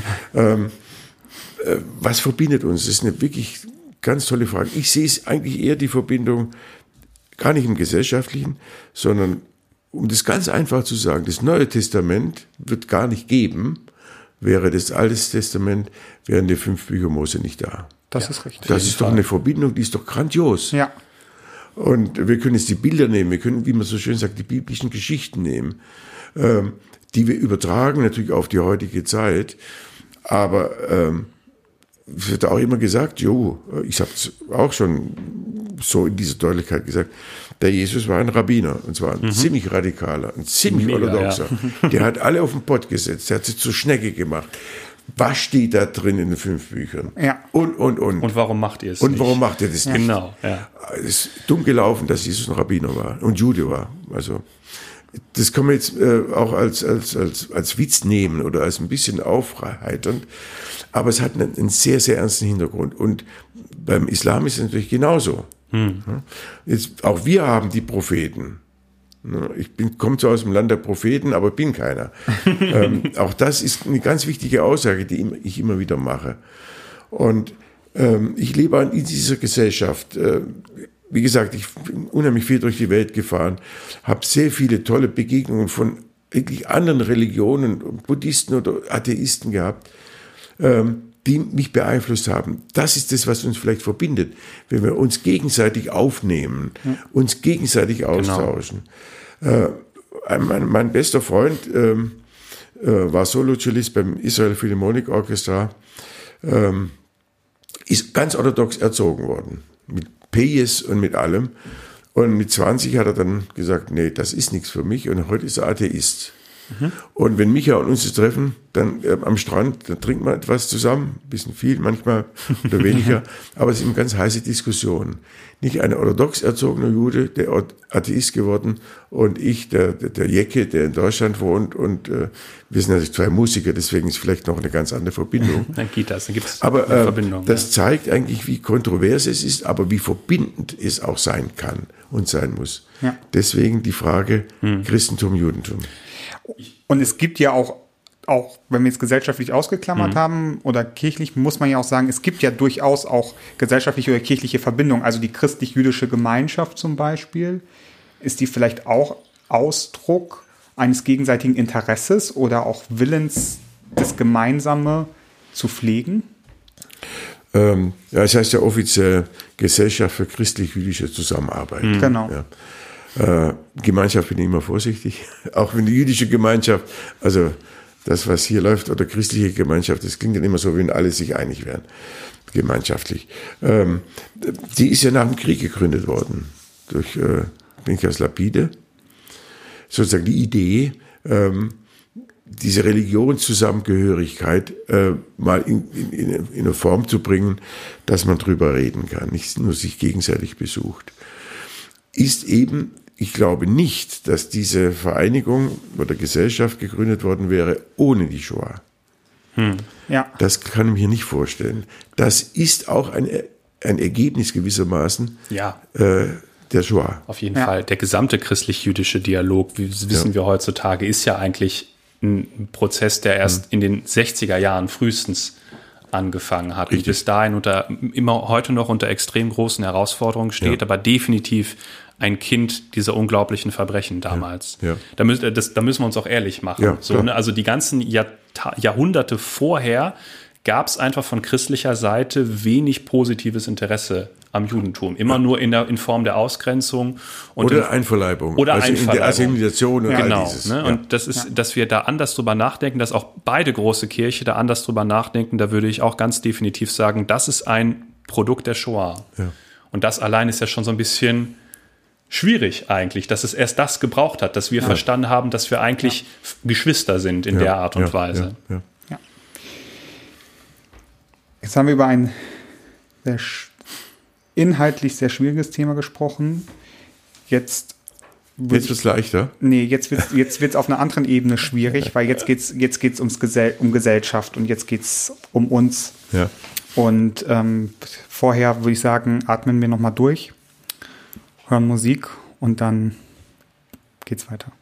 Was verbindet uns? Das ist eine wirklich ganz tolle Frage. Ich sehe es eigentlich eher die Verbindung, gar nicht im Gesellschaftlichen, sondern um das ganz einfach zu sagen, das Neue Testament wird gar nicht geben, wäre das Alte Testament, wären die 5 Bücher Mose nicht da. Das ist richtig. Das ist doch eine Verbindung, die ist doch grandios. Ja. Und wir können jetzt die Bilder nehmen, wir können, wie man so schön sagt, die biblischen Geschichten nehmen, die wir übertragen natürlich auf die heutige Zeit. Aber es wird auch immer gesagt, ich habe es auch schon so in dieser Deutlichkeit gesagt, der Jesus war ein Rabbiner, und zwar ein ziemlich radikaler, ein ziemlich orthodoxer. Ja. Der hat alle auf den Pott gesetzt, der hat sie zur Schnecke gemacht. Was steht da drin in den 5 Büchern? Ja. Und. Und warum macht ihr es nicht? Und warum macht ihr das nicht? Genau, ja. Es ist dumm gelaufen, dass Jesus ein Rabbiner war und Jude war. Also, das kann man jetzt auch als Witz nehmen oder als ein bisschen aufheiternd. Aber es hat einen sehr, sehr ernsten Hintergrund. Und beim Islam ist es natürlich genauso. Jetzt, auch wir haben die Propheten. Ich komme zwar aus dem Land der Propheten, aber bin keiner. Auch das ist eine ganz wichtige Aussage, die ich immer wieder mache. Und ich lebe in dieser Gesellschaft. Wie gesagt, ich bin unheimlich viel durch die Welt gefahren, habe sehr viele tolle Begegnungen von wirklich anderen Religionen, Buddhisten oder Atheisten gehabt, die mich beeinflusst haben. Das ist das, was uns vielleicht verbindet, wenn wir uns gegenseitig aufnehmen, uns gegenseitig austauschen. Genau. Mein bester Freund war Solo-Cellist beim Israel Philharmonic Orchestra, ist ganz orthodox erzogen worden, mit Peyes und mit allem. Und mit 20 hat er dann gesagt, nee, das ist nichts für mich. Und heute ist er Atheist. Und wenn Micha und uns treffen, dann am Strand, dann trinkt man etwas zusammen, ein bisschen viel manchmal oder weniger, aber es sind ganz heiße Diskussionen. Nicht ein orthodox erzogener Jude, der Atheist geworden, und ich, der Jecke, der in Deutschland wohnt, und wir sind natürlich 2 Musiker, deswegen ist vielleicht noch eine ganz andere Verbindung. Dann geht das, dann gibt es eine Verbindung. Das zeigt eigentlich, wie kontrovers es ist, aber wie verbindend es auch sein kann und sein muss. Ja. Deswegen die Frage Christentum, Judentum. Und es gibt ja auch, wenn wir jetzt gesellschaftlich ausgeklammert haben oder kirchlich, muss man ja auch sagen, es gibt ja durchaus auch gesellschaftliche oder kirchliche Verbindungen. Also die christlich-jüdische Gemeinschaft zum Beispiel, ist die vielleicht auch Ausdruck eines gegenseitigen Interesses oder auch Willens, das Gemeinsame zu pflegen? Es heißt ja offiziell Gesellschaft für christlich-jüdische Zusammenarbeit. Genau. Ja. Gemeinschaft bin ich immer vorsichtig. Auch wenn die jüdische Gemeinschaft, also das, was hier läuft, oder christliche Gemeinschaft, das klingt dann immer so, wenn alle sich einig wären, gemeinschaftlich. Die ist ja nach dem Krieg gegründet worden, durch Pinchas Lapide. Sozusagen die Idee, diese Religionszusammengehörigkeit mal in eine Form zu bringen, dass man drüber reden kann, nicht nur sich gegenseitig besucht. Ist eben, ich glaube nicht, dass diese Vereinigung oder Gesellschaft gegründet worden wäre ohne die Shoah. Ja. Das kann ich mir nicht vorstellen. Das ist auch ein Ergebnis gewissermaßen der Shoah. Auf jeden Fall. Der gesamte christlich-jüdische Dialog, wie wissen wir heutzutage, ist ja eigentlich ein Prozess, der erst in den 60er Jahren frühestens angefangen hat. Richtig. Und bis dahin immer heute noch unter extrem großen Herausforderungen steht, aber definitiv ein Kind dieser unglaublichen Verbrechen damals. Ja. Da müssen wir uns auch ehrlich machen. Ja, so, ne? Also die ganzen Jahrhunderte vorher gab es einfach von christlicher Seite wenig positives Interesse am Judentum. Immer nur in Form der Ausgrenzung. Oder Einverleibung. Oder also Einverleibung. In der Assimilation und Genau. all dieses. Ne? Und das ist, dass wir da anders drüber nachdenken, dass auch beide große Kirche da anders drüber nachdenken, da würde ich auch ganz definitiv sagen, das ist ein Produkt der Shoah. Ja. Und das allein ist ja schon so ein bisschen schwierig eigentlich, dass es erst das gebraucht hat, dass wir verstanden haben, dass wir eigentlich Geschwister sind in der Art und Weise. Ja. Jetzt haben wir über ein inhaltlich sehr schwieriges Thema gesprochen. Jetzt Jetzt wird es leichter. Nee, jetzt wird's auf einer anderen Ebene schwierig, weil jetzt geht's um Gesellschaft und jetzt geht's um uns. Ja. Und vorher würde ich sagen, atmen wir nochmal durch, hören Musik und dann geht's weiter.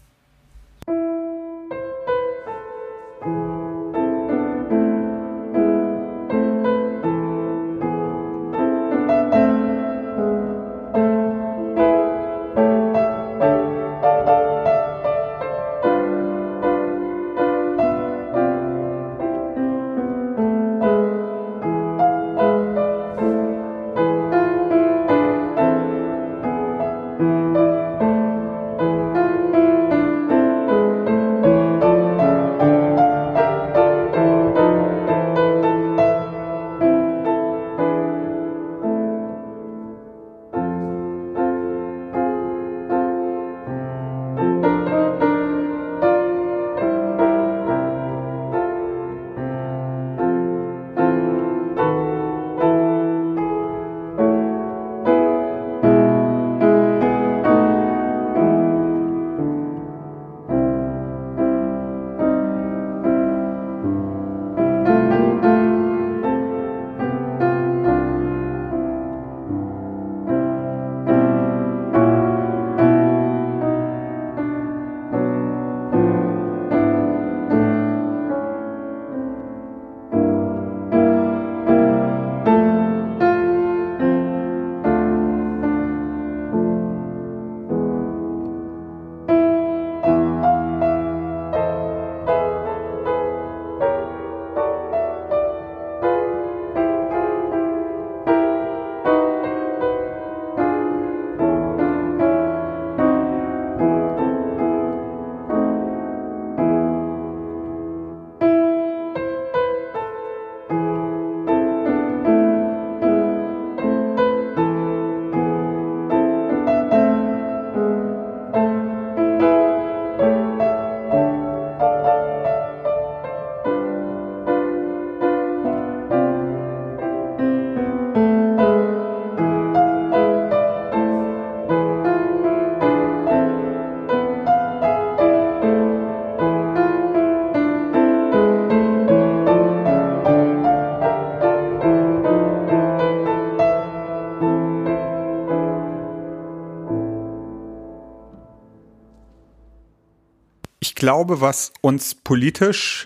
Ich glaube, was uns politisch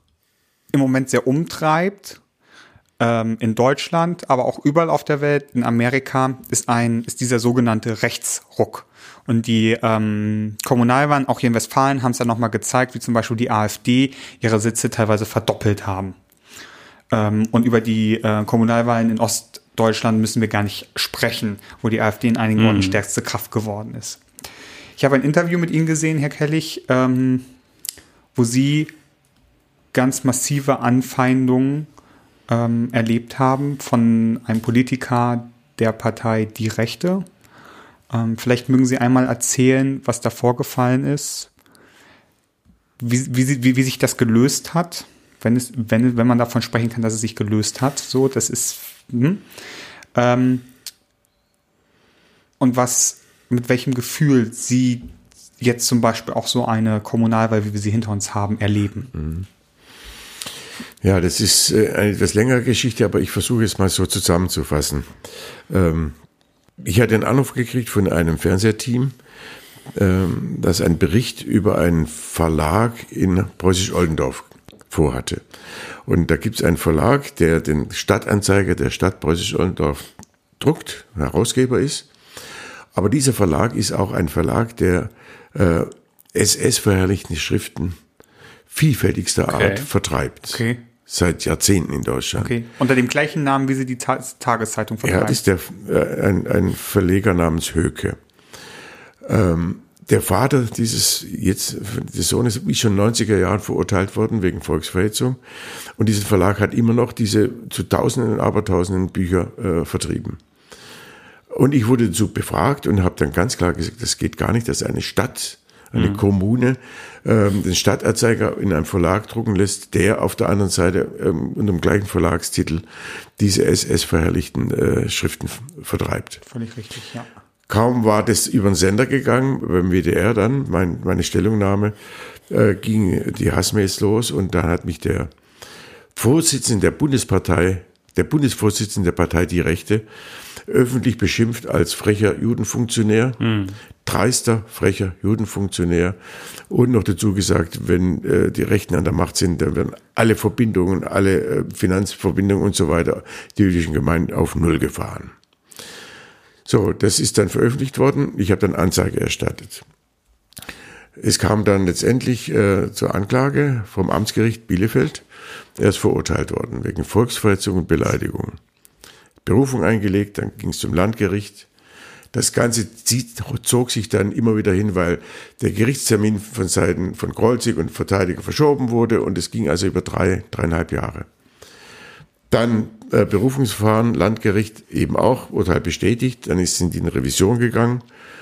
im Moment sehr umtreibt, in Deutschland, aber auch überall auf der Welt, in Amerika, ist dieser sogenannte Rechtsruck. Und die Kommunalwahlen, auch hier in Westfalen, haben es ja nochmal gezeigt, wie zum Beispiel die AfD ihre Sitze teilweise verdoppelt haben. Und über die Kommunalwahlen in Ostdeutschland müssen wir gar nicht sprechen, wo die AfD in einigen Orten stärkste Kraft geworden ist. Ich habe ein Interview mit Ihnen gesehen, Herr Kellich, wo Sie ganz massive Anfeindungen erlebt haben von einem Politiker der Partei Die Rechte. Vielleicht mögen Sie einmal erzählen, was da vorgefallen ist, wie sich das gelöst hat, wenn man davon sprechen kann, dass es sich gelöst hat. So, das ist und mit welchem Gefühl Sie jetzt zum Beispiel auch so eine Kommunalwahl, wie wir sie hinter uns haben, erleben. Ja, das ist eine etwas längere Geschichte, aber ich versuche es mal so zusammenzufassen. Ich hatte einen Anruf gekriegt von einem Fernsehteam, das einen Bericht über einen Verlag in Preußisch-Oldendorf vorhatte. Und da gibt es einen Verlag, der den Stadtanzeiger der Stadt Preußisch-Oldendorf druckt, Herausgeber ist. Aber dieser Verlag ist auch ein Verlag, der SS-verherrlichende Schriften vielfältigster Art vertreibt. Okay. Seit Jahrzehnten in Deutschland. Okay. Unter dem gleichen Namen, wie sie die Tageszeitung vertreibt. Ja, das ist ein Verleger namens Höke. Der Vater des Sohnes ist schon in den 90er Jahren verurteilt worden wegen Volksverhetzung. Und dieser Verlag hat immer noch diese zu Tausenden und Abertausenden Bücher vertrieben. Und ich wurde dazu befragt und habe dann ganz klar gesagt, das geht gar nicht, dass eine Stadt, eine Kommune den Stadtanzeiger in einem Verlag drucken lässt, der auf der anderen Seite unter dem gleichen Verlagstitel diese SS-verherrlichten Schriften vertreibt. Völlig richtig, ja. Kaum war das über den Sender gegangen, beim WDR dann, meine Stellungnahme, ging die Hassmails los und dann hat mich der Vorsitzende der Bundesvorsitzende der Partei Die Rechte, öffentlich beschimpft als frecher Judenfunktionär, dreister, frecher Judenfunktionär und noch dazu gesagt, wenn die Rechten an der Macht sind, dann werden alle Verbindungen, alle Finanzverbindungen und so weiter, die jüdischen Gemeinden auf Null gefahren. So, das ist dann veröffentlicht worden. Ich habe dann Anzeige erstattet. Es kam dann letztendlich zur Anklage vom Amtsgericht Bielefeld. Er ist verurteilt worden wegen Volksverhetzung und Beleidigung. Berufung eingelegt, dann ging es zum Landgericht. Das Ganze zog sich dann immer wieder hin, weil der Gerichtstermin von Seiten von Krolzig und Verteidiger verschoben wurde und es ging also über 3,5 Jahre. Dann Berufungsverfahren, Landgericht eben auch, Urteil bestätigt, dann sind die in Revision gegangen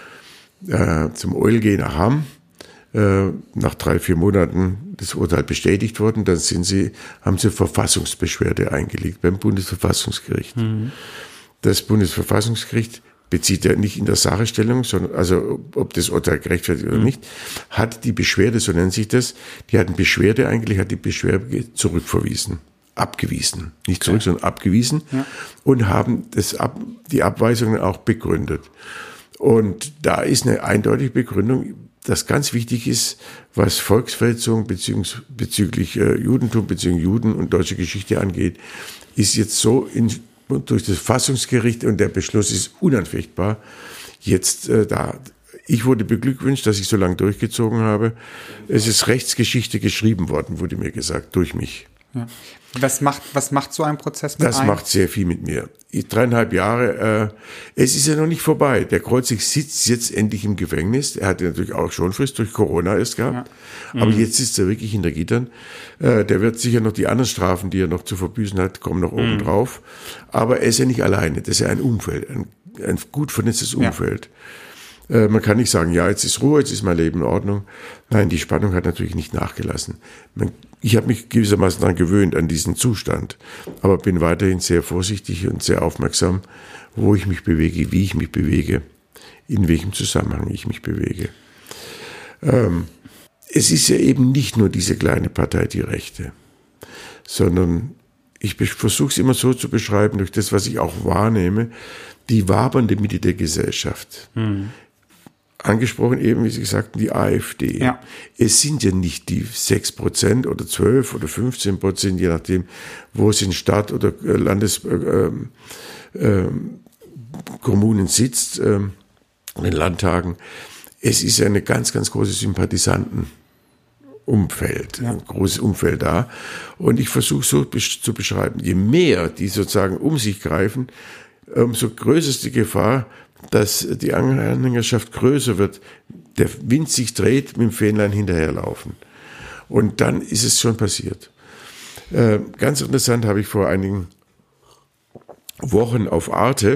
zum OLG nach Hamm. Nach 3-4 Monaten das Urteil bestätigt worden, dann haben sie Verfassungsbeschwerde eingelegt beim Bundesverfassungsgericht. Das Bundesverfassungsgericht bezieht ja nicht in der Sache Stellung, sondern also ob das Urteil gerechtfertigt oder nicht, hat die Beschwerde, so nennt sich das, die hatten Beschwerde eigentlich, hat die Beschwerde zurückverwiesen, abgewiesen, nicht zurück, sondern abgewiesen und haben die Abweisungen auch begründet. Und da ist eine eindeutige Begründung, das ganz wichtig ist, was Volksverhetzung bezüglich Judentum, bezüglich Juden und deutsche Geschichte angeht, ist jetzt so durch das Verfassungsgericht und der Beschluss ist unanfechtbar jetzt da. Ich wurde beglückwünscht, dass ich so lange durchgezogen habe. Es ist Rechtsgeschichte geschrieben worden, wurde mir gesagt, durch mich. Ja. Was macht so ein Prozess mit einem? Das macht sehr viel mit mir. 3,5 Jahre, es ist ja noch nicht vorbei. Der Krolzig sitzt jetzt endlich im Gefängnis. Er hatte natürlich auch schon Frist durch Corona erst gehabt. Ja. Aber jetzt ist er wirklich hinter Gittern. Der wird sicher noch die anderen Strafen, die er noch zu verbüßen hat, kommen noch oben drauf. Aber er ist ja nicht alleine. Das ist ja ein Umfeld, ein gut vernetztes Umfeld. Man kann nicht sagen, ja, jetzt ist Ruhe, jetzt ist mein Leben in Ordnung. Nein, die Spannung hat natürlich nicht nachgelassen. Ich habe mich gewissermaßen daran gewöhnt, an diesen Zustand, aber bin weiterhin sehr vorsichtig und sehr aufmerksam, wo ich mich bewege, wie ich mich bewege, in welchem Zusammenhang ich mich bewege. Es ist ja eben nicht nur diese kleine Partei Die Rechte, sondern ich versuche es immer so zu beschreiben, durch das, was ich auch wahrnehme, die wabernde Mitte der Gesellschaft. Angesprochen eben, wie Sie sagten, die AfD. Ja. Es sind ja nicht die 6% oder 12 oder 15%, je nachdem, wo es in Stadt- oder Kommunen sitzt, in den Landtagen. Es ist eine ganz, ganz große Sympathisantenbasis Umfeld, ein großes Umfeld da. Und ich versuche so zu beschreiben, je mehr die sozusagen um sich greifen, umso größer ist die Gefahr, dass die Anhängerschaft größer wird, der Wind sich dreht, mit dem Fähnlein hinterherlaufen. Und dann ist es schon passiert. Ganz interessant, habe ich vor einigen Wochen auf Arte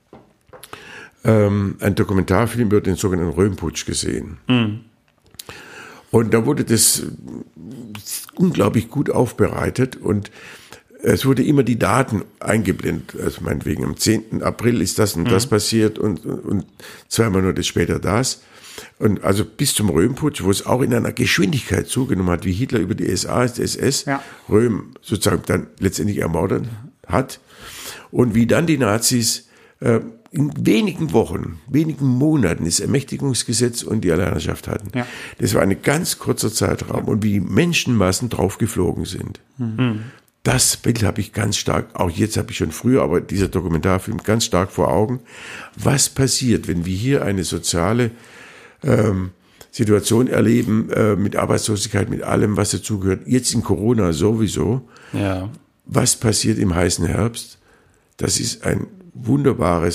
einen Dokumentarfilm über den sogenannten Röhm-Putsch gesehen. Und da wurde das unglaublich gut aufbereitet und es wurde immer die Daten eingeblendet. Also meinetwegen am 10. April ist das und das passiert und 2 Monate später das. Und also bis zum Röhm-Putsch, wo es auch in einer Geschwindigkeit zugenommen hat, wie Hitler über die SS Röhm sozusagen dann letztendlich ermordet hat. Und wie dann die Nazis in wenigen Wochen, wenigen Monaten das Ermächtigungsgesetz und die Alleinherrschaft hatten. Ja. Das war ein ganz kurzer Zeitraum. Und wie Menschenmassen drauf geflogen sind. Das Bild habe ich ganz stark, auch jetzt habe ich schon früher, aber dieser Dokumentarfilm ganz stark vor Augen. Was passiert, wenn wir hier eine soziale Situation erleben, mit Arbeitslosigkeit, mit allem, was dazugehört, jetzt in Corona sowieso. Ja. Was passiert im heißen Herbst? Das ist eine wunderbare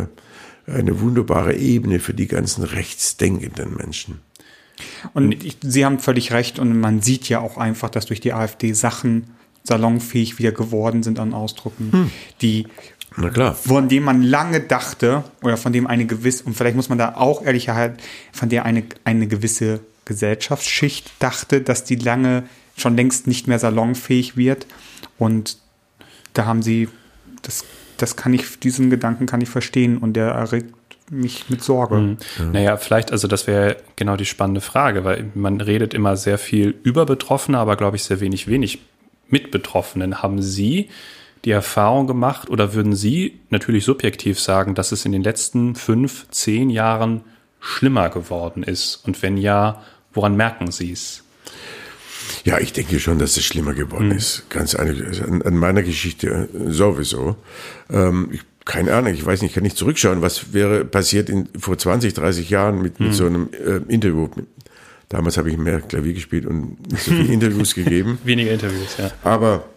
Ebene für die ganzen rechtsdenkenden Menschen. Und Sie haben völlig recht und man sieht ja auch einfach, dass durch die AfD Sachen salonfähig wieder geworden sind an Ausdrücken, die na klar. Von dem man lange dachte, oder von dem eine gewisse, und vielleicht muss man da auch ehrlicherweise, von der eine gewisse Gesellschaftsschicht dachte, dass die schon längst nicht mehr salonfähig wird. Und da haben Sie, diesen Gedanken kann ich verstehen und der erregt mich mit Sorge. Naja, vielleicht, also das wäre genau die spannende Frage, weil man redet immer sehr viel über Betroffene, aber glaube ich sehr wenig mit Betroffenen. Haben Sie die Erfahrung gemacht oder würden Sie natürlich subjektiv sagen, dass es in den letzten 5, 10 Jahren schlimmer geworden ist? Und wenn ja, woran merken Sie es? Ja, ich denke schon, dass es schlimmer geworden ist. Ganz eindeutig. An meiner Geschichte sowieso. Keine Ahnung, ich weiß nicht, ich kann nicht zurückschauen, was wäre passiert vor 20, 30 Jahren mit so einem Interview. Damals habe ich mehr Klavier gespielt und nicht so viele Interviews gegeben. Weniger Interviews, ja. Aber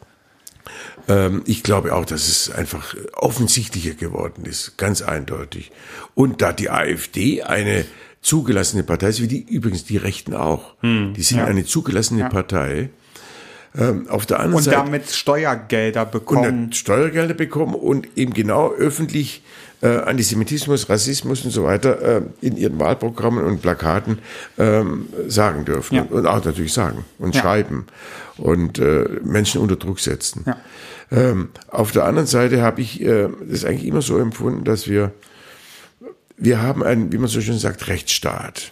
ich glaube auch, dass es einfach offensichtlicher geworden ist, ganz eindeutig. Und da die AfD eine zugelassene Partei ist, wie übrigens die Rechten auch. Die sind eine zugelassene Partei. Auf der anderen Seite. Und damit Steuergelder bekommen. Und eben genau öffentlich Antisemitismus, Rassismus und so weiter in ihren Wahlprogrammen und Plakaten sagen dürfen. Ja. Und auch natürlich sagen und schreiben und Menschen unter Druck setzen. Ja. Auf der anderen Seite habe ich das eigentlich immer so empfunden, dass wir haben einen, wie man so schön sagt, Rechtsstaat.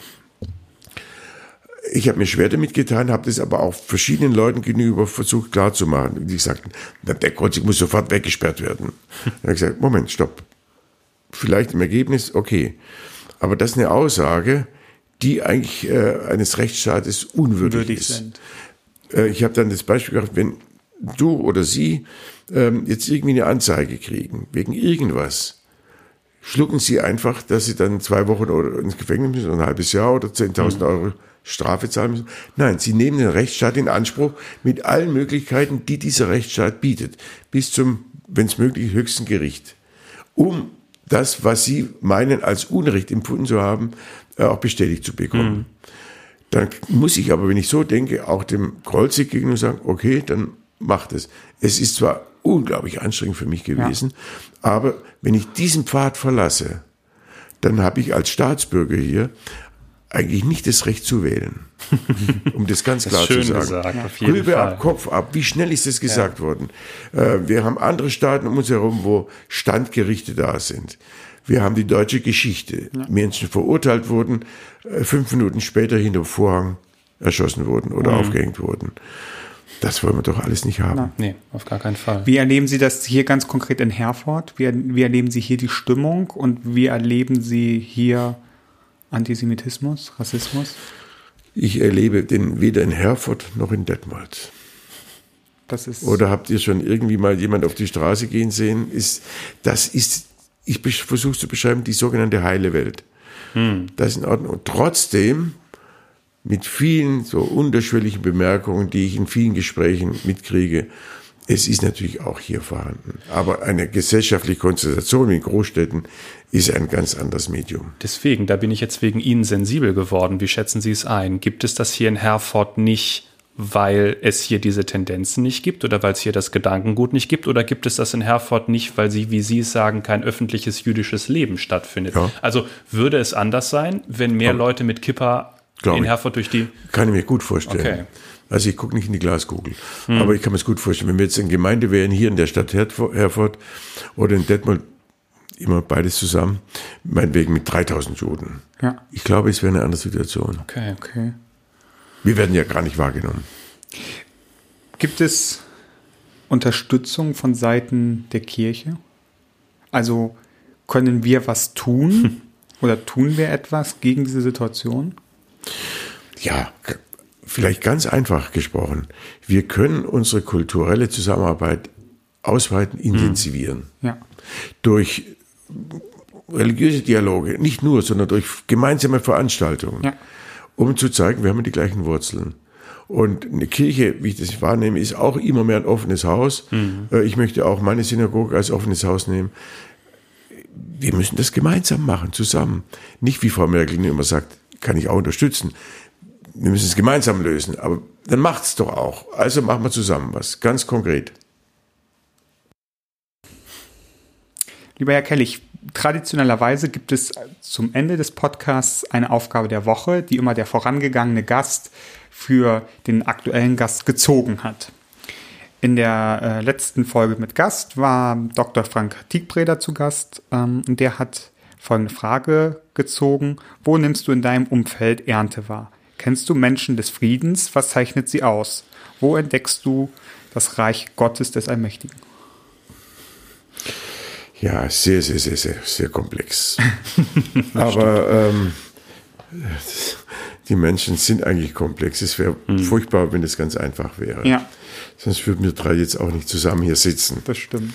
Ich habe mir schwer damit getan, habe das aber auch verschiedenen Leuten gegenüber versucht klarzumachen. Die sagten, der Kreuzig muss sofort weggesperrt werden. Dann habe ich gesagt, Moment, stopp. Vielleicht im Ergebnis, okay. Aber das ist eine Aussage, die eigentlich eines Rechtsstaates unwürdig ist. Ich habe dann das Beispiel gebracht, wenn du oder sie jetzt irgendwie eine Anzeige kriegen, wegen irgendwas, schlucken sie einfach, dass sie dann 2 Wochen oder ins Gefängnis müssen, oder ein halbes Jahr oder 10.000 Euro Strafe zahlen müssen. Nein, sie nehmen den Rechtsstaat in Anspruch mit allen Möglichkeiten, die dieser Rechtsstaat bietet, bis zum, wenn es möglich, höchsten Gericht, um das, was sie meinen, als Unrecht empfunden zu haben, auch bestätigt zu bekommen. Dann muss ich aber, wenn ich so denke, auch dem Kreuzig gegenüber sagen, okay, dann macht es. Es ist zwar unglaublich anstrengend für mich gewesen, aber wenn ich diesen Pfad verlasse, dann habe ich als Staatsbürger hier eigentlich nicht das Recht zu wählen. Um das ganz klar zu sagen. Gesagt, Rübe ab, Kopf ab. Wie schnell ist das gesagt worden? Wir haben andere Staaten um uns herum, wo Standgerichte da sind. Wir haben die deutsche Geschichte. Menschen verurteilt wurden, 5 Minuten später hinter dem Vorhang erschossen wurden oder aufgehängt wurden. Das wollen wir doch alles nicht haben. Nee, auf gar keinen Fall. Wie erleben Sie das hier ganz konkret in Herford? Wie erleben Sie hier die Stimmung und wie erleben Sie hier Antisemitismus, Rassismus? Ich erlebe den weder in Herford noch in Detmold. Oder habt ihr schon irgendwie mal jemand auf die Straße gehen sehen? Ich versuche es zu beschreiben, die sogenannte heile Welt. Das ist in Ordnung. Und trotzdem mit vielen so unterschwelligen Bemerkungen, die ich in vielen Gesprächen mitkriege. Es ist natürlich auch hier vorhanden. Aber eine gesellschaftliche Konzentration wie in Großstädten ist ein ganz anderes Medium. Deswegen, da bin ich jetzt wegen Ihnen sensibel geworden. Wie schätzen Sie es ein? Gibt es das hier in Herford nicht, weil es hier diese Tendenzen nicht gibt oder weil es hier das Gedankengut nicht gibt? Oder gibt es das in Herford nicht, weil wie Sie es sagen, kein öffentliches jüdisches Leben stattfindet? Ja. Also würde es anders sein, wenn mehr Leute mit Kippa in Herford durch die... Kann ich mir gut vorstellen. Okay. Also ich gucke nicht in die Glaskugel, aber ich kann mir es gut vorstellen. Wenn wir jetzt eine Gemeinde wären, hier in der Stadt Herford oder in Detmold, immer beides zusammen, meinetwegen mit 3000 Juden. Ja. Ich glaube, es wäre eine andere Situation. Okay. Wir werden ja gar nicht wahrgenommen. Gibt es Unterstützung von Seiten der Kirche? Also können wir was tun oder tun wir etwas gegen diese Situation? Ja, vielleicht ganz einfach gesprochen. Wir können unsere kulturelle Zusammenarbeit ausweiten, intensivieren. Ja. Durch religiöse Dialoge, nicht nur, sondern durch gemeinsame Veranstaltungen, Ja. um zu zeigen, wir haben die gleichen Wurzeln. Und eine Kirche, wie ich das wahrnehme, ist auch immer mehr ein offenes Haus. Ich möchte auch meine Synagoge als offenes Haus nehmen. Wir müssen das gemeinsam machen, zusammen. Nicht wie Frau Merkel immer sagt, kann ich auch unterstützen. Wir müssen es gemeinsam lösen, aber dann macht's doch auch. Also machen wir zusammen was, ganz konkret. Lieber Herr Kellich, traditionellerweise gibt es zum Ende des Podcasts eine Aufgabe der Woche, die immer der vorangegangene Gast für den aktuellen Gast gezogen hat. In der letzten Folge mit Gast war Dr. Frank Tiegbreder zu Gast und der hat folgende Frage gezogen: Wo nimmst du in deinem Umfeld Ernte wahr? Kennst du Menschen des Friedens? Was zeichnet sie aus? Wo entdeckst du das Reich Gottes des Allmächtigen? Ja, sehr, sehr, sehr, sehr, sehr komplex. Aber die Menschen sind eigentlich komplex. Es wäre furchtbar, wenn es ganz einfach wäre. Ja. Sonst würden wir drei jetzt auch nicht zusammen hier sitzen. Das stimmt.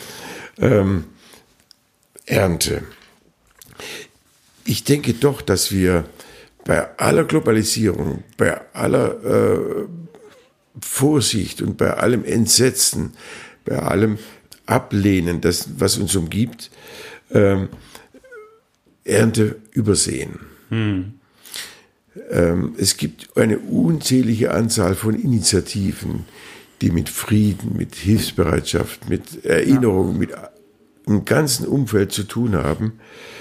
Ernte. Ich denke doch, dass wir bei aller Globalisierung, bei aller Vorsicht und bei allem Entsetzen, bei allem Ablehnen, das, was uns umgibt, Ernte übersehen. Es gibt eine unzählige Anzahl von Initiativen, die mit Frieden, mit Hilfsbereitschaft, mit Erinnerung, mit einem ganzen Umfeld zu tun haben.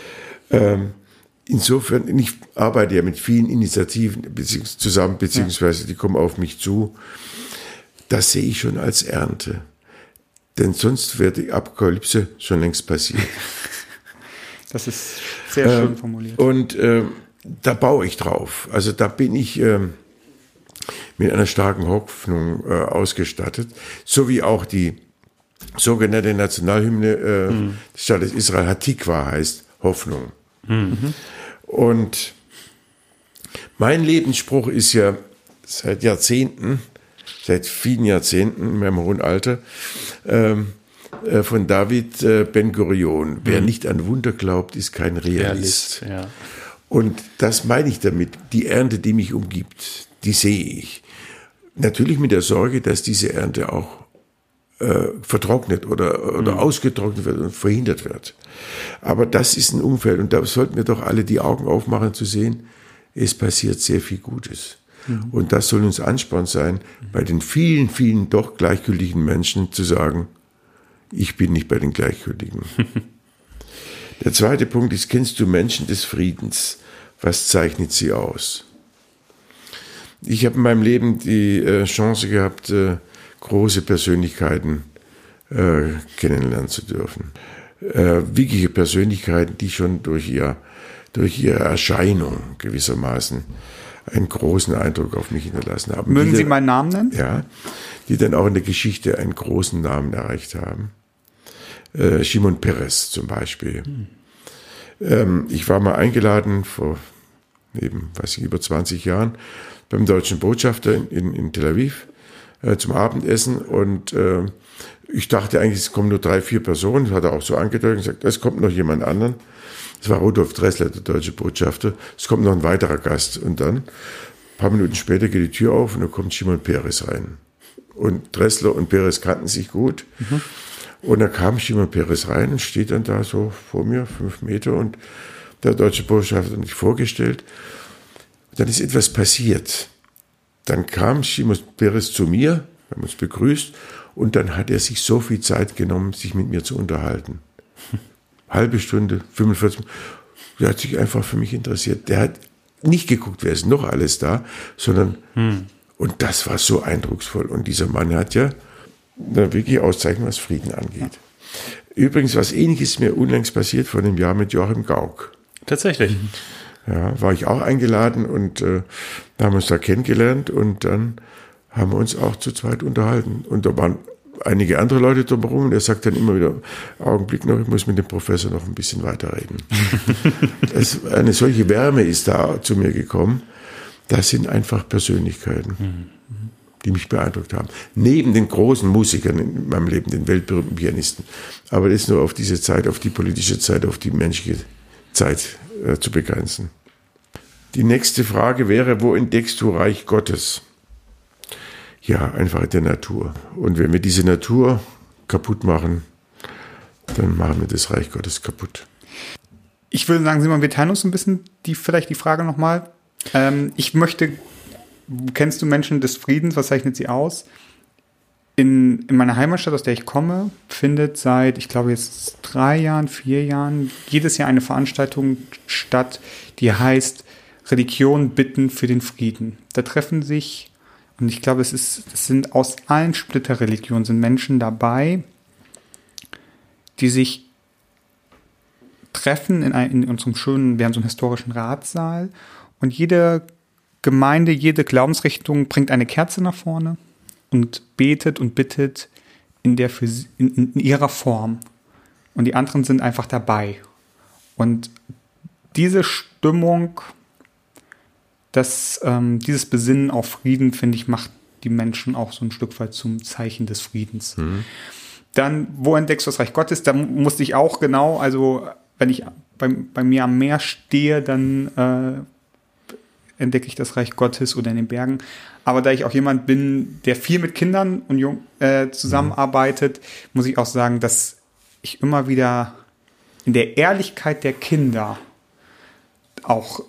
Insofern, ich arbeite ja mit vielen Initiativen zusammen, beziehungsweise die kommen auf mich zu. Das sehe ich schon als Ernte. Denn sonst wäre die Apokalypse schon längst passiert. Das ist sehr schön formuliert. Und da baue ich drauf. Also da bin ich mit einer starken Hoffnung ausgestattet. So wie auch die sogenannte Nationalhymne des Staates Israel, Hatikwa, heißt Hoffnung. Und mein Lebensspruch ist ja seit Jahrzehnten, seit vielen Jahrzehnten in meinem hohen Alter, von David Ben-Gurion. Wer nicht an Wunder glaubt, ist kein Realist. Ja. Und das meine ich damit. Die Ernte, die mich umgibt, die sehe ich. Natürlich mit der Sorge, dass diese Ernte auch vertrocknet oder ausgetrocknet wird und verhindert wird. Aber das ist ein Umfeld und da sollten wir doch alle die Augen aufmachen zu sehen, es passiert sehr viel Gutes. Und das soll uns Ansporn sein, bei den vielen, vielen doch gleichgültigen Menschen zu sagen, ich bin nicht bei den Gleichgültigen. Der zweite Punkt ist, kennst du Menschen des Friedens? Was zeichnet sie aus? Ich habe in meinem Leben die Chance gehabt, große Persönlichkeiten kennenlernen zu dürfen. Wirkliche Persönlichkeiten, die schon durch ihre Erscheinung gewissermaßen einen großen Eindruck auf mich hinterlassen haben. Mögen Sie meinen Namen nennen? Ja, die dann auch in der Geschichte einen großen Namen erreicht haben. Shimon Peres zum Beispiel. Ich war mal eingeladen vor über 20 Jahren beim deutschen Botschafter in Tel Aviv zum Abendessen und ich dachte eigentlich, es kommen nur 3-4 Personen, das hat er auch so angedeutet und gesagt, es kommt noch jemand anderen. Das war Rudolf Dressler, der deutsche Botschafter. Es kommt noch ein weiterer Gast und dann paar Minuten später geht die Tür auf und da kommt Shimon Peres rein. Und Dressler und Peres kannten sich gut. Und da kam Shimon Peres rein und steht dann da so vor mir, 5 Meter, und der deutsche Botschafter hat sich vorgestellt. Dann ist etwas passiert. Dann kam Shimon Peres zu mir, wir haben uns begrüßt, und dann hat er sich so viel Zeit genommen, sich mit mir zu unterhalten. Halbe Stunde, 45 Minuten. Der hat sich einfach für mich interessiert. Der hat nicht geguckt, wer ist noch alles da, sondern, und das war so eindrucksvoll. Und dieser Mann hat ja wirklich Auszeichnung, was Frieden angeht. Übrigens, was Ähnliches ist mir unlängst passiert vor einem Jahr mit Joachim Gauck. Tatsächlich. Ja, war ich auch eingeladen und haben uns da kennengelernt und dann haben wir uns auch zu zweit unterhalten. Und da waren einige andere Leute drumherum und er sagt dann immer wieder, Augenblick noch, ich muss mit dem Professor noch ein bisschen weiterreden. Eine solche Wärme ist da zu mir gekommen. Das sind einfach Persönlichkeiten, die mich beeindruckt haben. Neben den großen Musikern in meinem Leben, den weltberühmten Pianisten. Aber das ist nur auf diese Zeit, auf die politische Zeit, auf die menschliche Zeit zu begrenzen. Die nächste Frage wäre, wo entdeckst du Reich Gottes? Ja, einfach in der Natur. Und wenn wir diese Natur kaputt machen, dann machen wir das Reich Gottes kaputt. Ich würde sagen, Simon, wir teilen uns ein bisschen vielleicht die Frage nochmal. Kennst du Menschen des Friedens? Was zeichnet sie aus? In meiner Heimatstadt, aus der ich komme, findet seit, ich glaube jetzt 3 Jahren, 4 Jahren, jedes Jahr eine Veranstaltung statt, die heißt Religion bitten für den Frieden. Da treffen sich, und ich glaube, es sind aus allen Splitterreligionen sind Menschen dabei, die sich treffen in unserem schönen, wir haben so einen historischen Ratssaal, und jede Gemeinde, jede Glaubensrichtung bringt eine Kerze nach vorne und betet und bittet in ihrer Form. Und die anderen sind einfach dabei. Und diese Stimmung, dieses Besinnen auf Frieden, finde ich, macht die Menschen auch so ein Stück weit zum Zeichen des Friedens. Dann, wo entdeckst du das Reich Gottes? Da musste ich auch genau, also wenn ich bei mir am Meer stehe, dann entdecke ich das Reich Gottes oder in den Bergen. Aber da ich auch jemand bin, der viel mit Kindern und zusammenarbeitet, muss ich auch sagen, dass ich immer wieder in der Ehrlichkeit der Kinder auch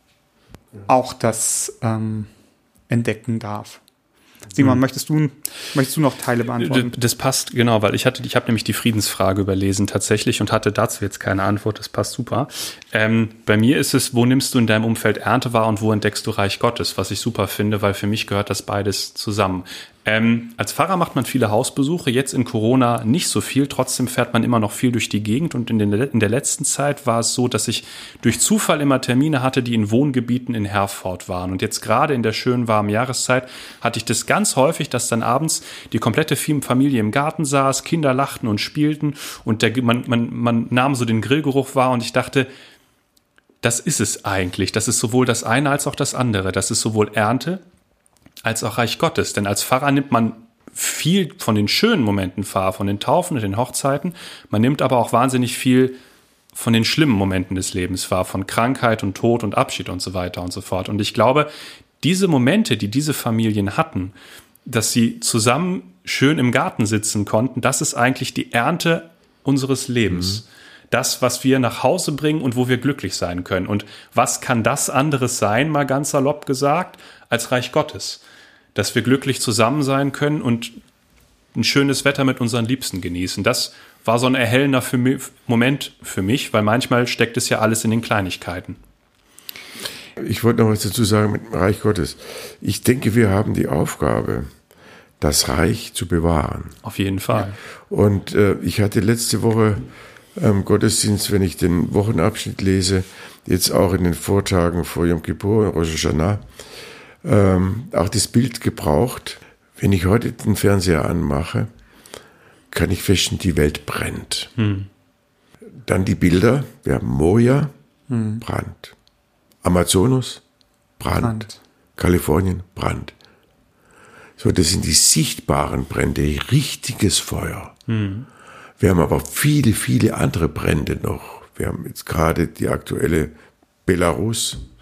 das entdecken darf. Simon, möchtest du noch Teile beantworten? Das passt, genau, weil ich habe nämlich die Friedensfrage überlesen tatsächlich und hatte dazu jetzt keine Antwort, das passt super. Bei mir ist es, wo nimmst du in deinem Umfeld Ernte wahr und wo entdeckst du Reich Gottes, was ich super finde, weil für mich gehört das beides zusammen. Als Pfarrer macht man viele Hausbesuche, jetzt in Corona nicht so viel, trotzdem fährt man immer noch viel durch die Gegend und in der letzten Zeit war es so, dass ich durch Zufall immer Termine hatte, die in Wohngebieten in Herford waren und jetzt gerade in der schönen warmen Jahreszeit hatte ich das ganz häufig, dass dann abends die komplette Familie im Garten saß, Kinder lachten und spielten und man nahm so den Grillgeruch wahr und ich dachte, das ist es eigentlich, das ist sowohl das eine als auch das andere, das ist sowohl Ernte als auch Reich Gottes. Denn als Pfarrer nimmt man viel von den schönen Momenten wahr, von den Taufen und den Hochzeiten. Man nimmt aber auch wahnsinnig viel von den schlimmen Momenten des Lebens wahr, von Krankheit und Tod und Abschied und so weiter und so fort. Und ich glaube, diese Momente, die diese Familien hatten, dass sie zusammen schön im Garten sitzen konnten, das ist eigentlich die Ernte unseres Lebens. Das, was wir nach Hause bringen und wo wir glücklich sein können. Und was kann das anderes sein, mal ganz salopp gesagt, als Reich Gottes? Dass wir glücklich zusammen sein können und ein schönes Wetter mit unseren Liebsten genießen. Das war so ein erhellender Moment für mich, weil manchmal steckt es ja alles in den Kleinigkeiten. Ich wollte noch was dazu sagen mit dem Reich Gottes. Ich denke, wir haben die Aufgabe, das Reich zu bewahren. Auf jeden Fall. Und ich hatte letzte Woche Gottesdienst, wenn ich den Wochenabschnitt lese, jetzt auch in den Vortagen vor Yom Kippur, Rosh Hashanah, auch das Bild gebraucht. Wenn ich heute den Fernseher anmache, kann ich feststellen, die Welt brennt. Dann die Bilder, wir haben Moria, Brand. Amazonas, Brand. Kalifornien, Brand. So, das sind die sichtbaren Brände, richtiges Feuer. Wir haben aber viele, viele andere Brände noch. Wir haben jetzt gerade die aktuelle Belarus,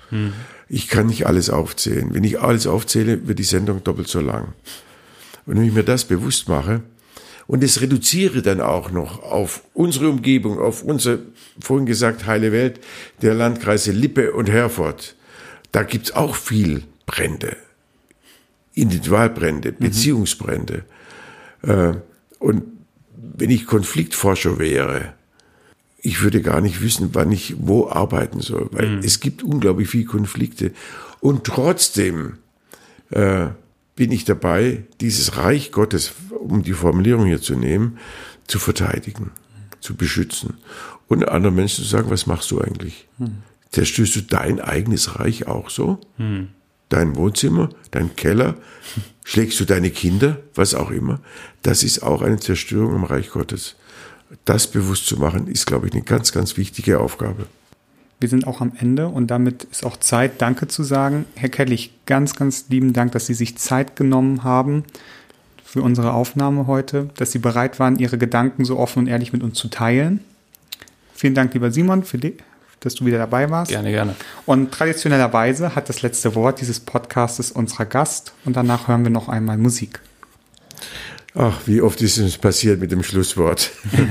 Ich kann nicht alles aufzählen. Wenn ich alles aufzähle, wird die Sendung doppelt so lang. Und wenn ich mir das bewusst mache und es reduziere dann auch noch auf unsere Umgebung, auf unsere, vorhin gesagt, heile Welt der Landkreise Lippe und Herford, da gibt's auch viel Brände, Individualbrände, Beziehungsbrände. Und wenn ich Konfliktforscher wäre, ich würde gar nicht wissen, wann ich wo arbeiten soll, weil es gibt unglaublich viele Konflikte. Und trotzdem bin ich dabei, dieses Reich Gottes, um die Formulierung hier zu nehmen, zu verteidigen, zu beschützen. Und anderen Menschen zu sagen, was machst du eigentlich? Zerstörst du dein eigenes Reich auch so? Dein Wohnzimmer, dein Keller? Schlägst du deine Kinder? Was auch immer. Das ist auch eine Zerstörung im Reich Gottes. Das bewusst zu machen, ist, glaube ich, eine ganz, ganz wichtige Aufgabe. Wir sind auch am Ende und damit ist auch Zeit, Danke zu sagen. Herr Kellich, ganz, ganz lieben Dank, dass Sie sich Zeit genommen haben für unsere Aufnahme heute, dass Sie bereit waren, Ihre Gedanken so offen und ehrlich mit uns zu teilen. Vielen Dank, lieber Simon, dass du wieder dabei warst. Gerne, gerne. Und traditionellerweise hat das letzte Wort dieses Podcastes unser Gast und danach hören wir noch einmal Musik. Ach, wie oft ist es passiert mit dem Schlusswort.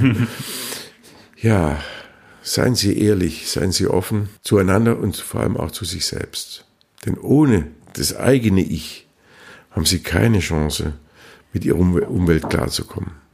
Ja, seien Sie ehrlich, seien Sie offen zueinander und vor allem auch zu sich selbst. Denn ohne das eigene Ich haben Sie keine Chance, mit Ihrer Umwelt klarzukommen.